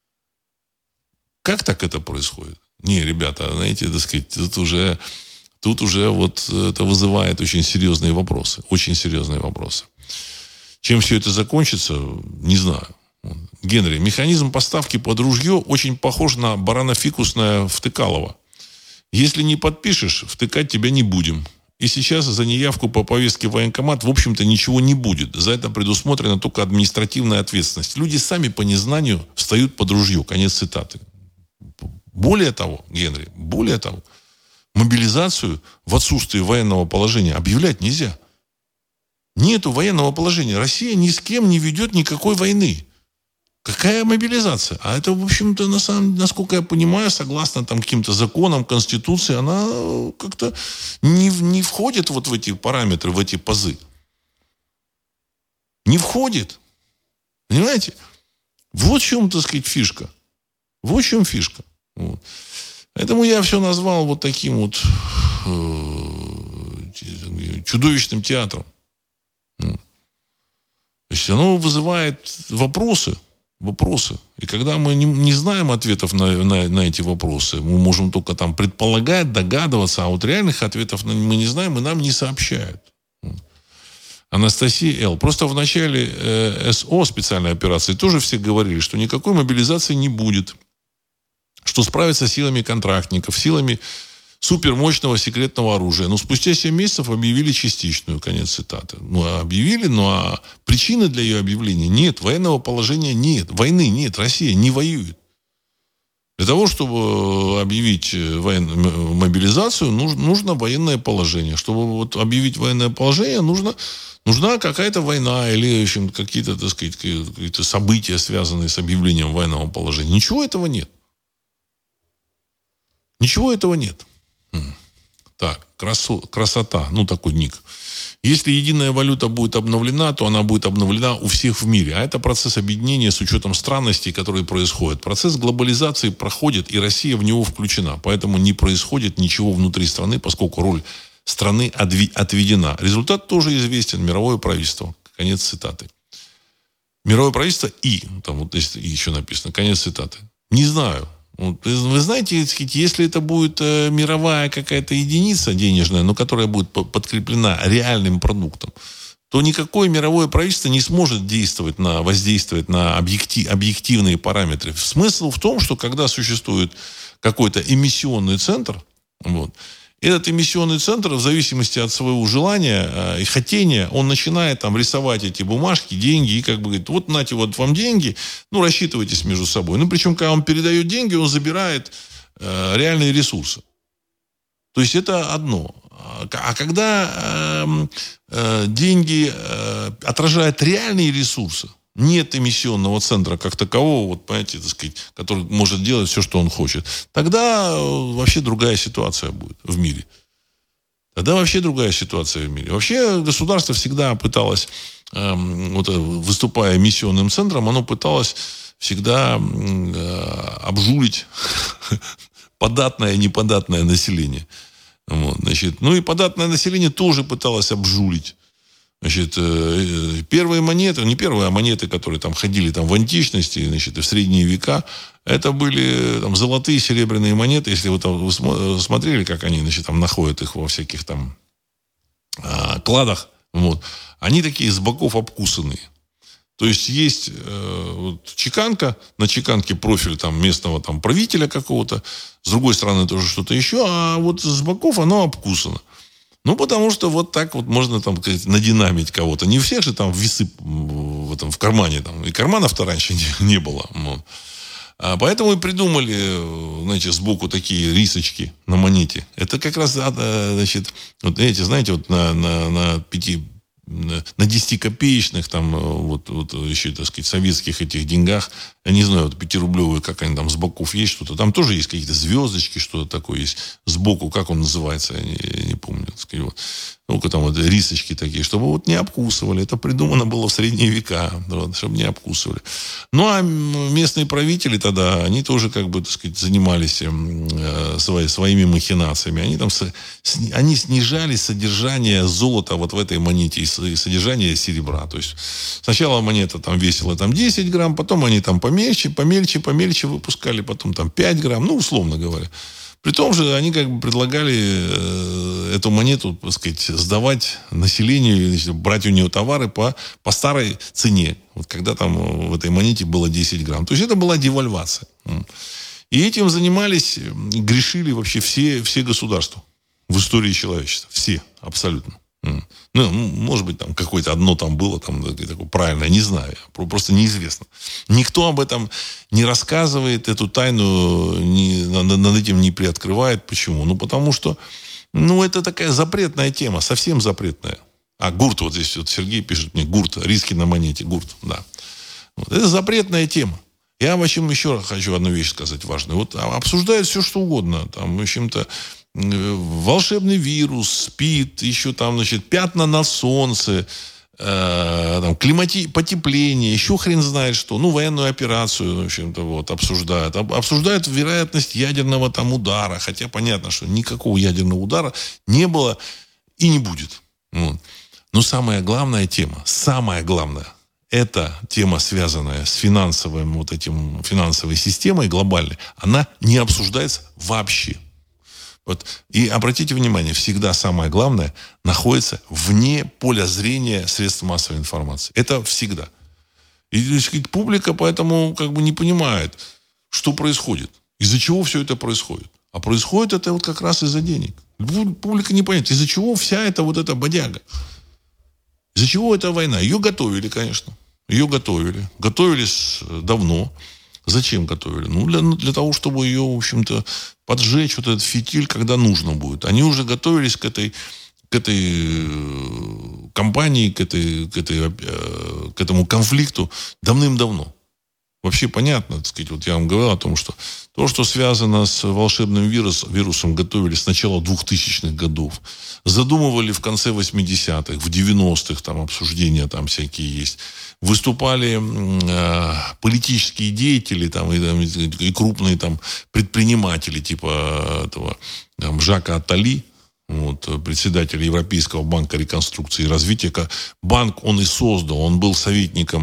Как так это происходит? Не, ребята, знаете, так сказать, тут уже вот это вызывает очень серьезные вопросы. Очень серьезные вопросы. Чем все это закончится, не знаю. Генри, механизм поставки под ружье очень похож на баранофикусное втыкалово. Если не подпишешь, втыкать тебя не будем. И сейчас за неявку по повестке в военкомат, в общем-то, ничего не будет. За это предусмотрена только административная ответственность. Люди сами по незнанию встают под ружье. Конец цитаты. Более того, Генри, мобилизацию в отсутствии военного положения объявлять нельзя. Нету военного положения. Россия ни с кем не ведет никакой войны. Какая мобилизация? А это, в общем-то, насколько я понимаю, согласно там каким-то законам, Конституции, она как-то не входит вот в эти параметры, в эти пазы. Не входит. Понимаете? Вот в чем, так сказать, фишка. Вот в чем фишка. Вот. Поэтому я все назвал вот таким вот чудовищным театром. То есть оно вызывает вопросы. И когда мы не знаем ответов на эти вопросы, мы можем только там предполагать, догадываться, а вот реальных ответов мы не знаем, и нам не сообщают. Анастасия Л. Просто в начале СО, специальной операции, тоже все говорили, что никакой мобилизации не будет. Что справиться силами контрактников, силами супермощного секретного оружия. Но спустя 7 месяцев объявили частичную, конец цитаты. Объявили, но причины для ее объявления нет, военного положения нет, войны нет, Россия не воюет. Для того, чтобы объявить мобилизацию, нужно военное положение. Чтобы вот объявить военное положение, нужна какая-то война или, в общем, какие-то, так сказать, какие-то события, связанные с объявлением военного положения. Ничего этого нет. Ничего этого нет. Так, красота. Такой ник. Если единая валюта будет обновлена, то она будет обновлена у всех в мире. А это процесс объединения с учетом странностей, которые происходят. Процесс глобализации проходит, и Россия в него включена. Поэтому не происходит ничего внутри страны, поскольку роль страны отведена. Результат тоже известен. Мировое правительство. Конец цитаты. Мировое правительство там вот здесь еще написано, конец цитаты. Не знаю. Вот, вы знаете, если это будет мировая какая-то единица денежная, но которая будет подкреплена реальным продуктом, то никакое мировое правительство не сможет воздействовать на объективные параметры. Смысл в том, что когда существует какой-то эмиссионный центр, вот, этот эмиссионный центр, в зависимости от своего желания и хотения, он начинает там рисовать эти бумажки, деньги, и как бы говорит, вот нате, вот вам деньги, рассчитывайтесь между собой. Причем, когда он передает деньги, он забирает реальные ресурсы. То есть, это одно. А когда деньги отражают реальные ресурсы, нет эмиссионного центра как такового, вот, понимаете, так сказать, который может делать все, что он хочет, тогда вообще другая ситуация будет в мире. Вообще государство всегда пыталось, выступая эмиссионным центром, оно пыталось всегда обжулить податное и неподатное население. Вот, значит, и податное население тоже пыталось обжулить. Значит, первые монеты, не первые, а монеты, которые там ходили там в античности, значит, и в средние века, это были там золотые, серебряные монеты. Если вы смотрели, как они, значит, там находят их во всяких там кладах, вот, они такие с боков обкусанные. То есть чеканка, на чеканке профиль там местного там правителя какого-то, с другой стороны тоже что-то еще, а вот с боков оно обкусано. Потому что вот так вот можно там надинамить кого-то. Не у всех же там весы в кармане. Там, и карманов-то раньше не было. Вот. Поэтому и придумали, знаете, сбоку такие рисочки на монете. Это как раз, значит, вот эти, знаете, вот на 10-копеечных там, вот еще, так сказать, советских этих деньгах, я не знаю, 5-рублевые, как они там с боков есть что-то. Там тоже есть какие-то звездочки, что-то такое есть сбоку, как он называется, я не помню, так сказать, вот. Там вот рисочки такие, чтобы вот не обкусывали. Это придумано было в средние века, чтобы не обкусывали. А местные правители тогда, они тоже, как бы, так сказать, занимались своими махинациями. Они снижали содержание золота вот в этой монете и содержание серебра. То есть сначала монета там весила там 10 грамм, потом они там помельче выпускали, потом там 5 грамм, условно говоря. При том же они как бы предлагали эту монету, так сказать, сдавать населению, значит, брать у нее товары по старой цене. Вот когда там в этой монете было 10 грамм. То есть это была девальвация. И этим занимались, грешили вообще все государства в истории человечества. Все, абсолютно. Может быть, там какое-то одно там было, там такое правильное, не знаю, просто неизвестно. Никто об этом не рассказывает, эту тайну над этим не приоткрывает. Почему? Потому что, это такая запретная тема, совсем запретная. Гурт, вот здесь вот Сергей пишет мне, гурт, риски на монете, гурт, да. Это запретная тема. Я, в общем, еще хочу одну вещь сказать важную. Вот обсуждают все, что угодно. Там, в общем-то, волшебный вирус, СПИД, еще там, значит, пятна на солнце, потепление, еще хрен знает что. Военную операцию, в общем-то, вот, обсуждают. Обсуждают вероятность ядерного там удара. Хотя понятно, что никакого ядерного удара не было и не будет. Вот. Но самая главная тема, это тема, связанная с финансовой системой глобальной, она не обсуждается вообще. Вот. И обратите внимание, всегда самое главное находится вне поля зрения средств массовой информации. Это всегда. И, так сказать, публика поэтому как бы не понимает, что происходит. Из-за чего все это происходит. А происходит это вот как раз из-за денег. Публика не понимает, из-за чего вся эта вот эта бодяга. Из-за чего эта война? Ее готовили, конечно. Ее готовили. Готовились давно. Зачем готовили? Для того, чтобы ее, в общем-то, поджечь вот этот фитиль, когда нужно будет. Они уже готовились к этой кампании, к этому конфликту давным-давно. Вообще понятно, так сказать, вот я вам говорил о том, что то, что связано с волшебным вирусом, готовили с начала 2000-х годов. Задумывали в конце 80-х, в 90-х, там обсуждения там всякие есть. Выступали политические деятели там, и крупные там предприниматели типа этого Жака Аттали, вот, председателя Европейского банка реконструкции и развития. Банк он и создал, он был советником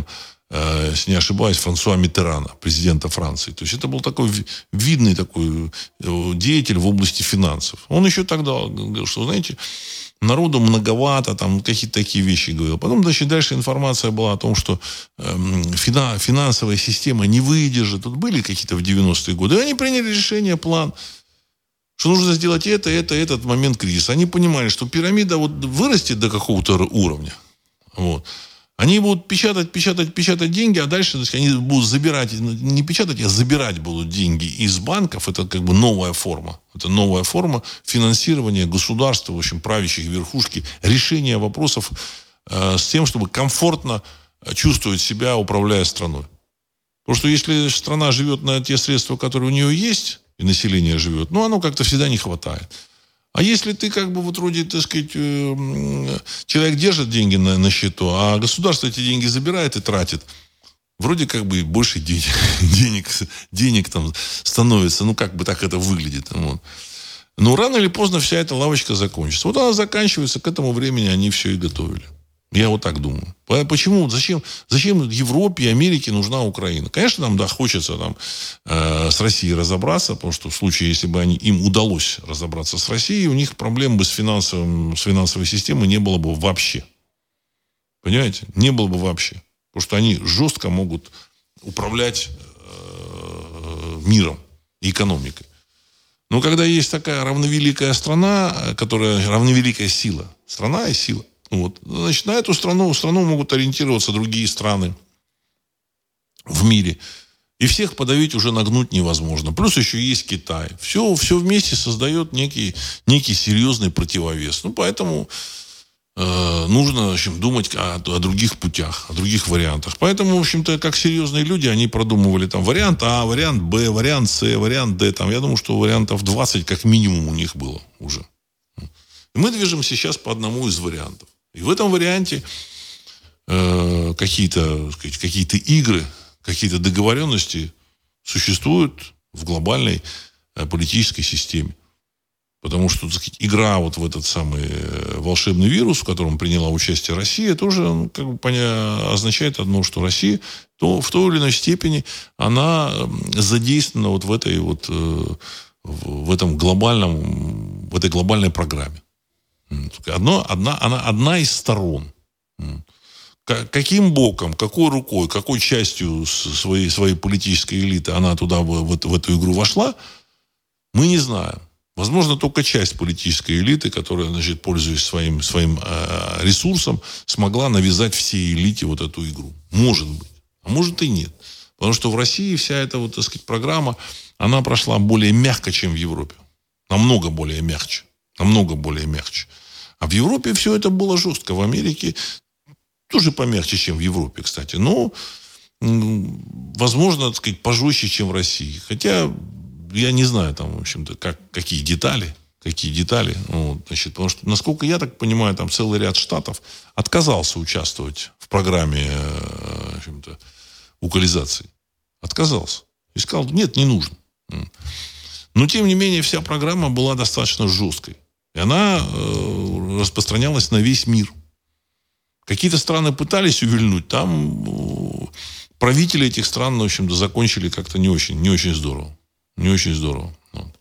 если не ошибаюсь, Франсуа Миттерана, президента Франции. То есть это был такой видный такой деятель в области финансов. Он еще тогда говорил, что, знаете, народу многовато, там какие-то такие вещи говорил. Потом, значит, дальше информация была о том, что финансовая система не выдержит. Тут были какие-то в 90-е годы. И они приняли решение, план, что нужно сделать этот момент кризиса. Они понимали, что пирамида вот вырастет до какого-то уровня. Вот. Они будут печатать деньги, а дальше, значит, они будут забирать, не печатать, а забирать будут деньги из банков. Это как бы новая форма. Это новая форма финансирования государства, в общем, правящих верхушки, решения вопросов с тем, чтобы комфортно чувствовать себя, управляя страной. Потому что если страна живет на те средства, которые у нее есть, и население живет, ну, оно как-то всегда не хватает. А если ты как бы вот вроде, так сказать, человек держит деньги на счету, а государство эти деньги забирает и тратит, вроде как бы больше денег там становится, ну как бы так это выглядит. Вот. Но рано или поздно вся эта лавочка закончится. Вот она заканчивается, к этому времени они все и готовили. Я вот так думаю. Почему? Зачем Европе и Америке нужна Украина? Конечно, нам, да, хочется там, с Россией разобраться, потому что в случае, если бы им удалось разобраться с Россией, у них проблем бы с финансовой системой не было бы вообще. Понимаете? Не было бы вообще. Потому что они жестко могут управлять миром и экономикой. Но когда есть такая равновеликая страна, равновеликая сила, страна и сила, вот, значит, на эту страну могут ориентироваться другие страны в мире. И всех подавить уже нагнуть невозможно. Плюс еще есть Китай. Все вместе создает некий серьезный противовес. Ну, поэтому нужно, в общем, думать о других путях, о других вариантах. Поэтому, в общем-то, как серьезные люди, они продумывали там вариант А, вариант Б, вариант С, вариант Д. Там, я думаю, что вариантов 20 как минимум у них было уже. И мы движемся сейчас по одному из вариантов. И в этом варианте какие-то игры, какие-то договоренности существуют в глобальной политической системе. Потому что, так сказать, игра вот в этот самый волшебный вирус, в котором приняла участие Россия, тоже как бы означает одно, что Россия в той или иной степени она задействована вот в этой глобальной программе. Она одна из сторон. Каким боком, какой рукой, какой частью своей политической элиты она туда, в эту игру вошла, мы не знаем. Возможно, только часть политической элиты, которая, значит, пользуясь своим ресурсом, смогла навязать всей элите вот эту игру. Может быть. А может и нет. Потому что в России вся эта, вот, так сказать, программа, она прошла более мягко, чем в Европе. Намного более мягче. А в Европе все это было жестко. В Америке тоже помягче, чем в Европе, кстати. Но, возможно, так сказать, пожестче, чем в России. Хотя, я не знаю, там, в общем-то, какие детали. Вот, значит, потому что, насколько я так понимаю, там целый ряд штатов отказался участвовать в программе, в общем-то, укализации. Отказался. И сказал, нет, не нужно. Но, тем не менее, вся программа была достаточно жесткой. И она распространялась на весь мир. Какие-то страны пытались увильнуть. Там правители этих стран, в общем-то, закончили как-то не очень здорово. Вот.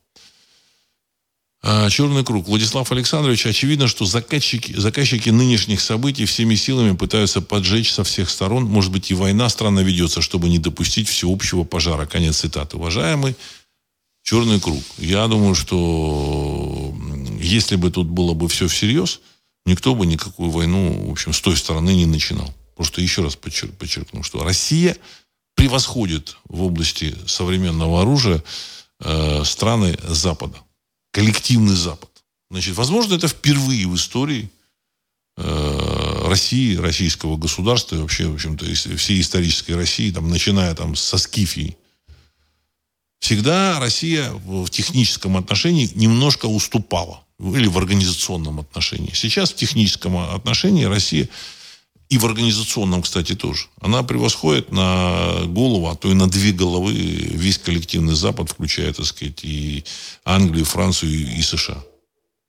Черный круг. Владислав Александрович, очевидно, что заказчики нынешних событий всеми силами пытаются поджечь со всех сторон. Может быть, и война странно ведется, чтобы не допустить всеобщего пожара. Конец цитаты. Уважаемый Черный круг. Я думаю, что если бы тут было бы все всерьез, никто бы никакую войну, в общем, с той стороны не начинал. Просто еще раз подчеркну, что Россия превосходит в области современного оружия страны Запада. Коллективный Запад. Значит, возможно, это впервые в истории России, российского государства и вообще, в общем-то, всей исторической России, там, начиная там, со Скифии. Всегда Россия в техническом отношении немножко уступала. Или в организационном отношении. Сейчас в техническом отношении Россия, и в организационном, кстати, тоже, она превосходит на голову, а то и на 2 головы весь коллективный Запад, включая, так сказать, и Англию, Францию, и США.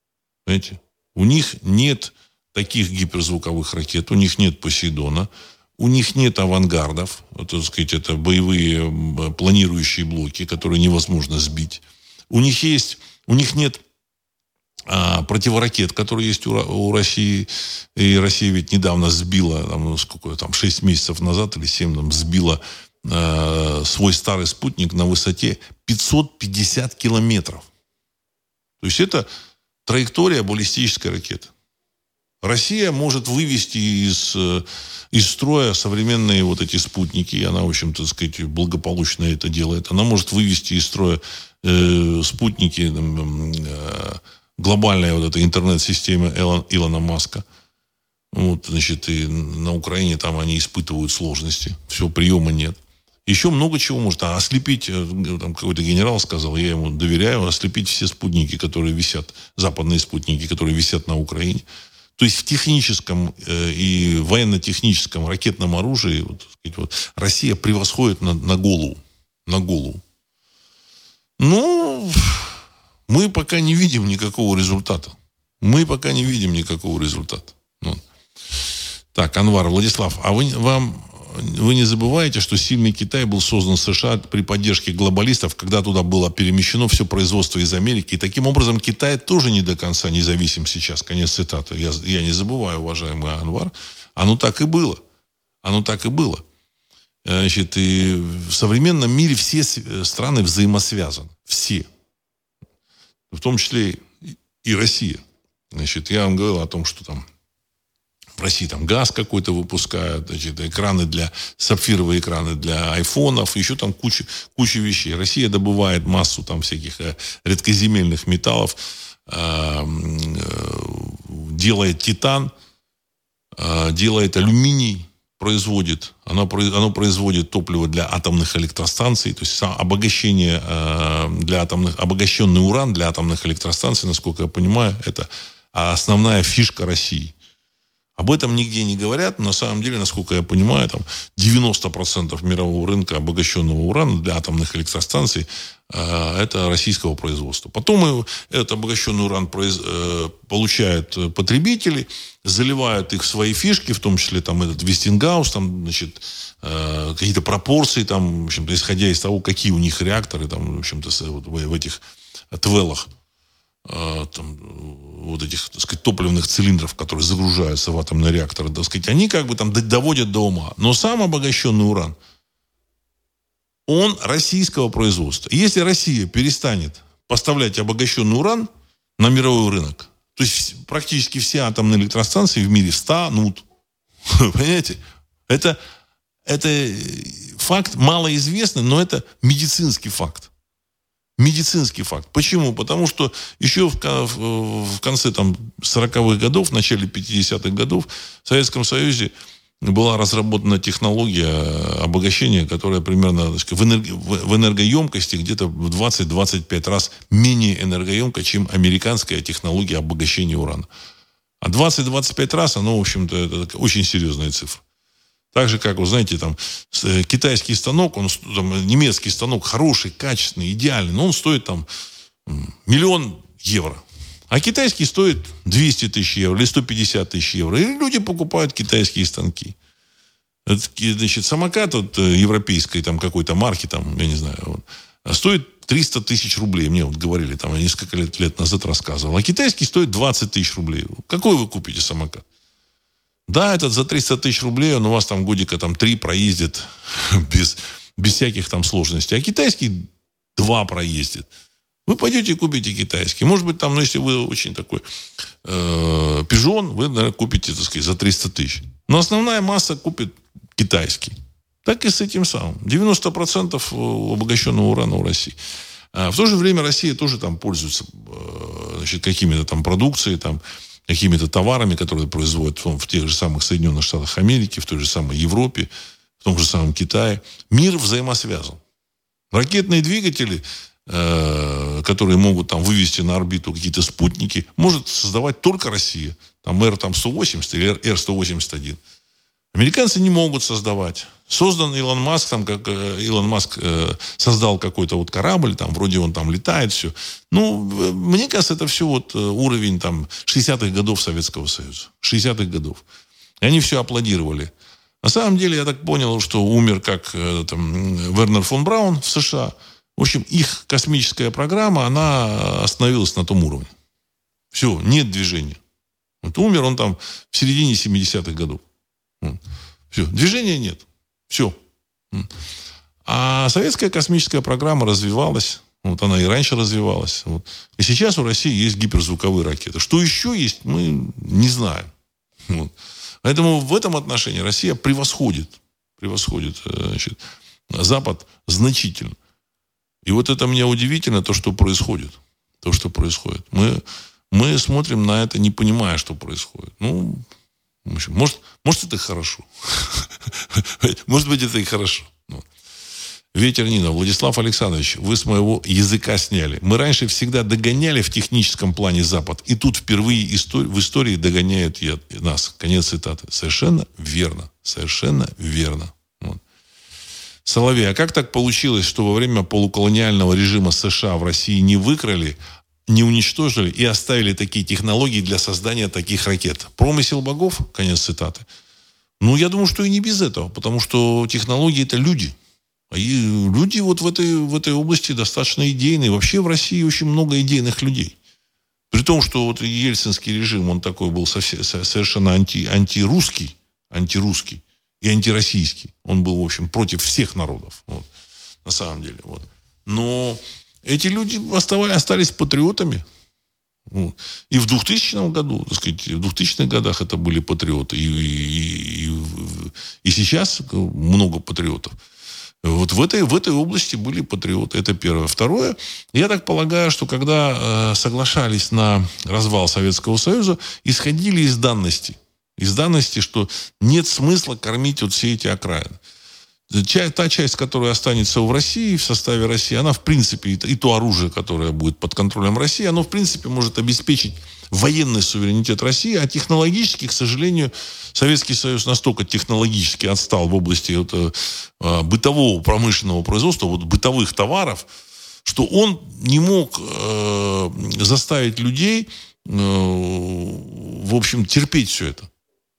Понимаете? У них нет таких гиперзвуковых ракет, у них нет Посейдона, у них нет авангардов, вот, так сказать, это боевые планирующие блоки, которые невозможно сбить. У них нет противоракет, которые есть у России. И Россия ведь недавно сбила, 6 месяцев назад или 7, сбила свой старый спутник на высоте 550 километров. То есть это траектория баллистической ракеты. Россия может вывести из строя современные вот эти спутники, и она, в общем-то, так сказать, благополучно это делает. Она может вывести из строя спутники, глобальная вот эта интернет-система Илона Маска. Вот, значит, и на Украине там они испытывают сложности. Все, приема нет. Еще много чего может. Ослепить, там какой-то генерал сказал, я ему доверяю, ослепить все спутники, которые висят, западные спутники, которые висят на Украине. То есть в техническом и военно-техническом ракетном оружии вот, так сказать, вот, Россия превосходит на голову. На голову. Ну, мы пока не видим никакого результата. Ну. Так, Анвар, Владислав, а вы не забываете, что сильный Китай был создан США при поддержке глобалистов, когда туда было перемещено все производство из Америки. И таким образом Китай тоже не до конца независим сейчас. Конец цитаты. Я не забываю, уважаемый Анвар. Оно так и было. Значит, и в современном мире все страны взаимосвязаны. Все. В том числе и Россия. Значит, я вам говорил о том, что там в России там газ какой-то выпускают, значит, сапфировые экраны для айфонов, еще там куча вещей. Россия добывает массу там всяких редкоземельных металлов, делает титан, делает алюминий, производит. Оно производит топливо для атомных электростанций, то есть обогащенный уран для атомных электростанций, насколько я понимаю, это основная фишка России. Об этом нигде не говорят, но на самом деле, насколько я понимаю, там 90% мирового рынка обогащенного урана для атомных электростанций это российского производства. Потом этот обогащенный уран получают потребители, заливают их в свои фишки, в том числе там этот Вестингаус, там, значит, какие-то пропорции, там, в общем-то, исходя из того, какие у них реакторы, там, в общем-то, в этих твелах, там, вот этих, так сказать, топливных цилиндров, которые загружаются в атомные реакторы, так сказать, они как бы там доводят до ума. Но сам обогащенный уран, он российского производства. И если Россия перестанет поставлять обогащенный уран на мировой рынок, то есть практически все атомные электростанции в мире встанут. Понимаете? Это факт малоизвестный, но это медицинский факт. Почему? Потому что еще в конце там, 40-х годов, в начале 50-х годов в Советском Союзе была разработана технология обогащения, которая примерно, так сказать, в энергоемкости где-то в 20-25 раз менее энергоемка, чем американская технология обогащения урана. А 20-25 раз, оно, в общем-то, это очень серьезная цифра. Так же, как, вы знаете, там, китайский станок, немецкий станок хороший, качественный, идеальный, но он стоит там 1 000 000 евро. А китайский стоит 200 тысяч евро или 150 тысяч евро. И люди покупают китайские станки. Значит, самокат вот, европейской там, какой-то марки, там, я не знаю, стоит 300 тысяч рублей. Мне вот говорили, там, я несколько лет назад рассказывал. А китайский стоит 20 тысяч рублей. Какой вы купите самокат? Да, этот за 300 тысяч рублей, он у вас там годика там 3 проездит без всяких там сложностей. А китайский 2 проездит. Вы пойдете и купите китайский. Может быть, там, ну, если вы очень такой пижон, вы, наверное, купите, так сказать, за 300 тысяч. Но основная масса купит китайский. Так и с этим самым. 90% обогащенного урана у России. В то же время Россия тоже там пользуется значит, какими-то там продукцией, там, какими-то товарами, которые производят в тех же самых Соединенных Штатах Америки, в той же самой Европе, в том же самом Китае. Мир взаимосвязан. Ракетные двигатели, которые могут там вывести на орбиту какие-то спутники, может создавать только Россия. Там Р-180 или Р-181. Американцы не могут создавать. Создан Илон Маск, там, как Илон Маск создал какой-то вот корабль, там, вроде он там летает, все. Ну, мне кажется, это все вот уровень там 60-х годов Советского Союза. 60-х годов. И они все аплодировали На самом деле, я так понял, что умер как Вернер фон Браун в США. В общем, их космическая программа, она остановилась на том уровне. Все, нет движения. Вот умер он там в середине 70-х годов. Все, движения нет. Все. А советская космическая программа развивалась. Вот она и раньше развивалась. Вот. И сейчас у России есть гиперзвуковые ракеты. Что еще есть, мы не знаем. Вот. Поэтому в этом отношении Россия превосходит Запад значительно. И вот это мне удивительно, то, что происходит. Мы смотрим на это, не понимая, что происходит. Ну, в общем, может, это хорошо. Может быть, это и хорошо. Ветер Нина. Владислав Александрович, вы с моего языка сняли. Мы раньше всегда догоняли в техническом плане Запад. И тут впервые в истории догоняют нас. Конец цитаты. Совершенно верно. Совершенно верно. Вот. Соловей. А как так получилось, что во время полуколониального режима США в России не выкрали, не уничтожили и оставили такие технологии для создания таких ракет? Промысел богов? Конец цитаты. Ну, я думаю, что и не без этого. Потому что технологии – это люди. И люди вот в этой области достаточно идейные. Вообще в России очень много идейных людей. При том, что вот ельцинский режим, он такой был совершенно антирусский и антироссийский. Он был, в общем, против всех народов. Вот, на самом деле. Вот. Но эти люди остались патриотами. Вот. И в 2000 году, так сказать, в 2000-х годах это были патриоты. И сейчас много патриотов. Вот в этой области были патриоты. Это первое. Второе, я так полагаю, что когда соглашались на развал Советского Союза, исходили из данности, что нет смысла кормить вот все эти окраины. Та часть, которая останется в России, в составе России, она, в принципе, и то оружие, которое будет под контролем России, оно, в принципе, может обеспечить военный суверенитет России, а технологически, к сожалению, Советский Союз настолько технологически отстал в области бытового промышленного производства, вот бытовых товаров, что он не мог заставить людей, в общем, терпеть все это.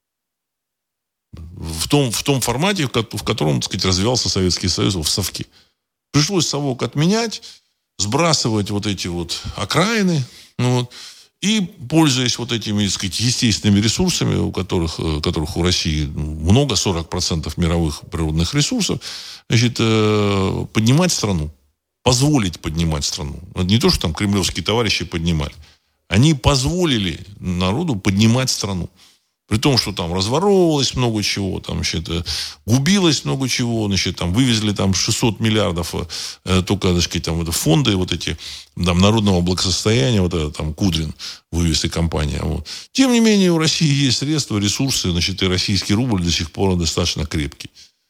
В том формате, в котором, так сказать, развивался Советский Союз в совке. Пришлось совок отменять, сбрасывать вот эти вот окраины, и, пользуясь вот этими, так сказать, естественными ресурсами, у которых у России много, 40% мировых природных ресурсов, значит, поднимать страну, позволить поднимать страну. Не то, что там кремлевские товарищи поднимали. Они позволили народу поднимать страну. При том, что там разворовывалось много чего, там, значит, губилось много чего, значит, там, вывезли там 600 миллиардов только, так сказать, там, это фонды вот эти там, народного благосостояния, вот это там Кудрин вывез и компания. Вот. Тем не менее, у России есть средства, ресурсы, значит, и российский рубль до сих пор достаточно крепкий.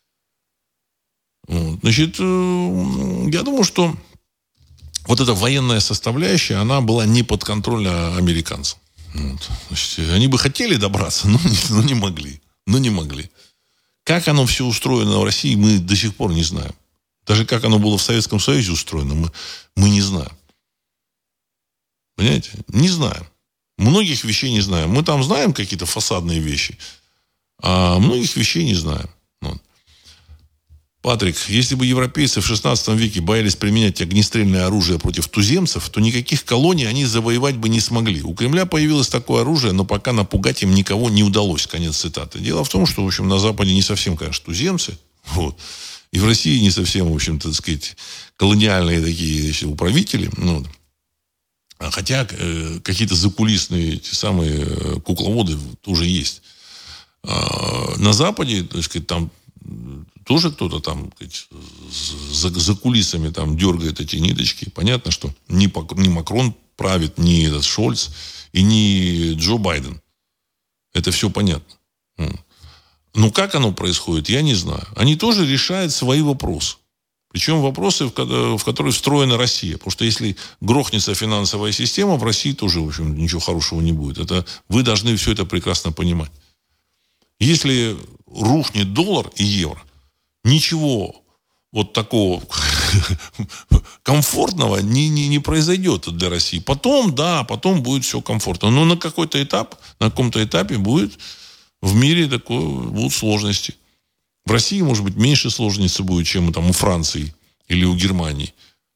Вот. Значит, я думаю, что вот эта военная составляющая, она была не подконтрольна американцам. Вот. Значит, они бы хотели добраться, но не могли. Как оно все устроено в России, мы до сих пор не знаем. Даже как оно было в Советском Союзе устроено, мы не знаем. Понимаете? Не знаем. Многих вещей не знаем. Мы там знаем какие-то фасадные вещи, а многих вещей не знаем. Вот. Патрик, если бы европейцы в 16 веке боялись применять огнестрельное оружие против туземцев, то никаких колоний они завоевать бы не смогли. У Кремля появилось такое оружие, но пока напугать им никого не удалось. Конец цитаты. Дело в том, что, в общем, на Западе не совсем, конечно, туземцы. Вот. И в России не совсем, в общем-то, так сказать, колониальные такие управители. Вот. Хотя какие-то закулисные те самые кукловоды тоже есть. На Западе, так сказать, там тоже кто-то там, сказать, за кулисами там дергает эти ниточки. Понятно, что ни Макрон правит, ни этот Шольц и ни Джо Байден. Это все понятно. Но как оно происходит, я не знаю. Они тоже решают свои вопросы. Причем вопросы, в которые встроена Россия. Потому что если грохнется финансовая система, в России тоже, в общем, ничего хорошего не будет. Это, вы должны все это прекрасно понимать. Если рухнет доллар и евро, ничего вот такого комфортного не произойдет для России. Потом будет все комфортно. Но на каком-то этапе будут в мире будут сложности. В России, может быть, меньше сложности будет, чем там у Франции или у Германии,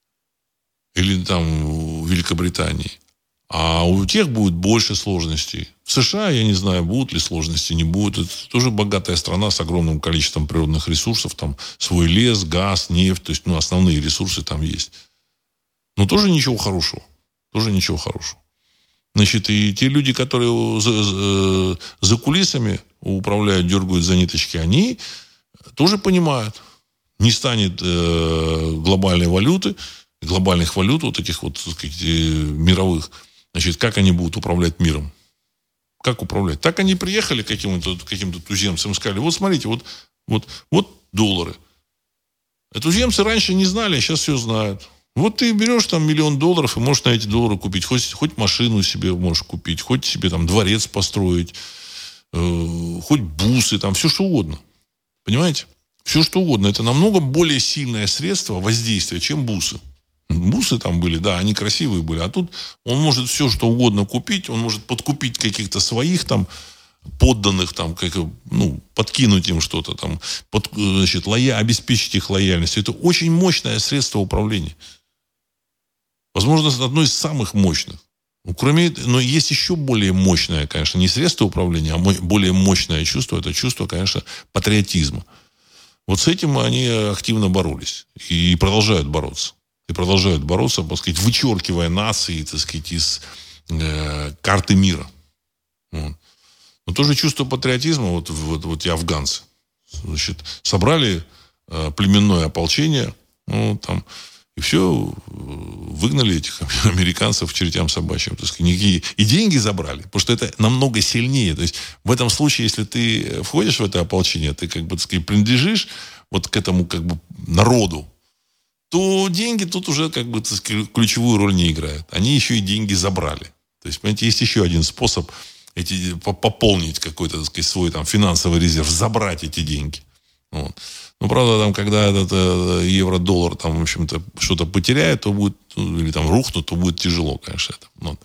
или там у Великобритании. А у тех будет больше сложностей. В США, я не знаю, будут ли сложности, не будут. Это тоже богатая страна с огромным количеством природных ресурсов. Там свой лес, газ, нефть. То есть, основные ресурсы там есть. Но тоже ничего хорошего. Тоже ничего хорошего. Значит, и те люди, которые за кулисами управляют, дергают за ниточки, они тоже понимают. Не станет глобальной валюты, глобальных валют, вот этих вот, так сказать, мировых. Значит, как они будут управлять миром? Как управлять? Так они приехали к каким-то туземцам и сказали, вот смотрите, вот доллары. А туземцы раньше не знали, а сейчас все знают. Вот ты берешь там $1 миллион и можешь на эти доллары купить. Хоть машину себе можешь купить, хоть себе там дворец построить, хоть бусы, там все что угодно. Понимаете? Все что угодно. Это намного более сильное средство воздействия, чем бусы. Бусы там были, да, они красивые были. А тут он может все что угодно купить. Он может подкупить каких-то своих там подданных, там, подкинуть им что-то там, обеспечить их лояльность. Это очень мощное средство управления. Возможно, это одно из самых мощных. Но есть еще более мощное, конечно, не средство управления, а более мощное чувство. Это чувство, конечно, патриотизма. Вот с этим они активно боролись. И продолжают бороться. Так сказать, вычеркивая нации, так сказать, из карты мира. Вот. Но тоже чувство патриотизма, вот те афганцы, значит, собрали племенное ополчение, и все, выгнали этих американцев к чертям собачьим, так сказать, и деньги забрали, потому что это намного сильнее. То есть в этом случае, если ты входишь в это ополчение, ты, как бы, так сказать, принадлежишь вот к этому, как бы, народу, то деньги тут уже, как бы, так сказать, ключевую роль не играют. Они еще и деньги забрали. То есть, понимаете, есть еще один способ пополнить какой-то, так сказать, свой там финансовый резерв, забрать эти деньги. Вот. Но, правда, там, когда этот евро-доллар там, в общем-то, что-то потеряет, то будет, или там рухнут, то будет тяжело, конечно, это. Вот.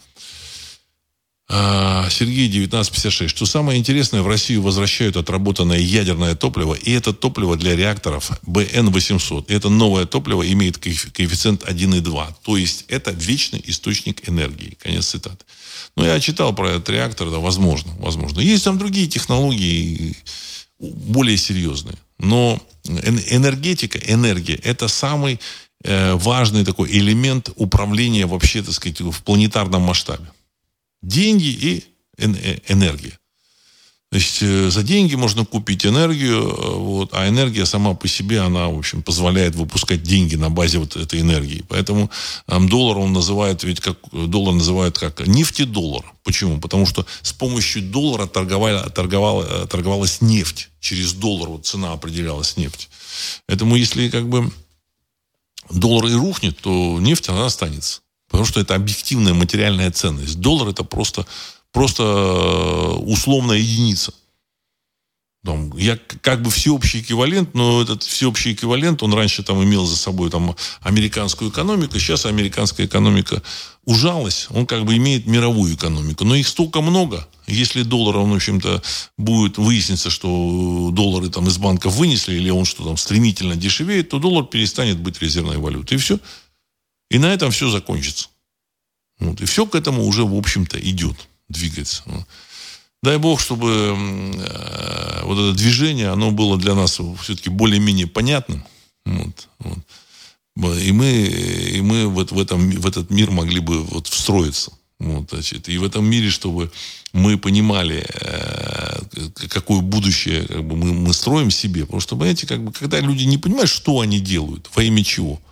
Сергей, 1956. Что самое интересное, в Россию возвращают отработанное ядерное топливо, и это топливо для реакторов БН-800. Это новое топливо имеет коэффициент 1,2. То есть это вечный источник энергии. Конец цитаты. Я читал про этот реактор, да, возможно. Есть там другие технологии, более серьезные. Но энергия, это самый важный такой элемент управления вообще, так сказать, в планетарном масштабе. Деньги и энергия. То есть за деньги можно купить энергию, а энергия сама по себе, она, в общем, позволяет выпускать деньги на базе вот этой энергии. Поэтому доллар называют как нефтедоллар. Почему? Потому что с помощью доллара торговалась нефть. Через доллар цена определялась нефть. Поэтому если, как бы, доллар и рухнет, то нефть, она останется. Потому что это объективная материальная ценность. Доллар это просто условная единица. Я как бы всеобщий эквивалент, но этот всеобщий эквивалент, он раньше там имел за собой там американскую экономику, сейчас американская экономика ужалась, он как бы имеет мировую экономику. Но их столько много. Если доллар, он, в общем-то, будет выясниться, что доллары там из банков вынесли, или он что там стремительно дешевеет, то доллар перестанет быть резервной валютой. И все. И на этом все закончится. И все к этому уже, в общем-то, идет, двигается. Дай бог, чтобы вот это движение, оно было для нас все-таки более-менее понятным. И мы в этот мир могли бы встроиться. И в этом мире, чтобы мы понимали, какое будущее, как бы, мы строим себе. Потому что, понимаете, как бы, когда люди не понимают, что они делают, во имя чего,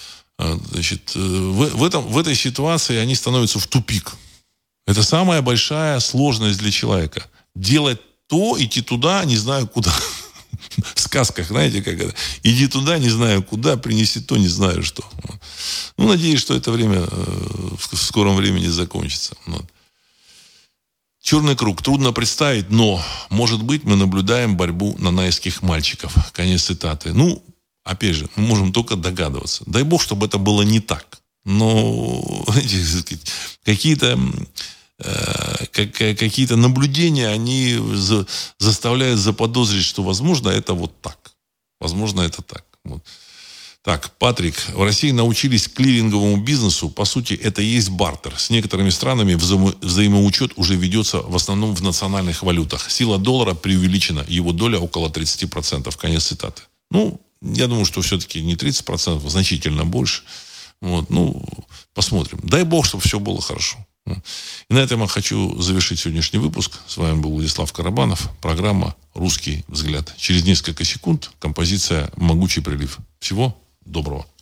в этой ситуации они становятся в тупик. Это самая большая сложность для человека. Делать то, идти туда, не знаю куда. В сказках, знаете, как это. Иди туда, не знаю куда, принеси то, не знаю что. Надеюсь, что это время в скором времени закончится. Черный круг. Трудно представить, но, может быть, мы наблюдаем борьбу нанайских мальчиков. Конец цитаты. Опять же, мы можем только догадываться. Дай бог, чтобы это было не так. Но какие-то какие-то наблюдения, они заставляют заподозрить, что, возможно, это вот так. Возможно, это так. Вот. Так, Патрик, в России научились клиринговому бизнесу. По сути, это и есть бартер. С некоторыми странами взаимоучет уже ведется в основном в национальных валютах. Сила доллара преувеличена. Его доля около 30%. Конец цитаты. Ну, я думаю, что все-таки не 30%, значительно больше. Вот, ну, посмотрим. Дай бог, чтобы все было хорошо. И на этом я хочу завершить сегодняшний выпуск. С вами был Владислав Карабанов. Программа «Русский взгляд». Через несколько секунд композиция «Могучий прилив». Всего доброго.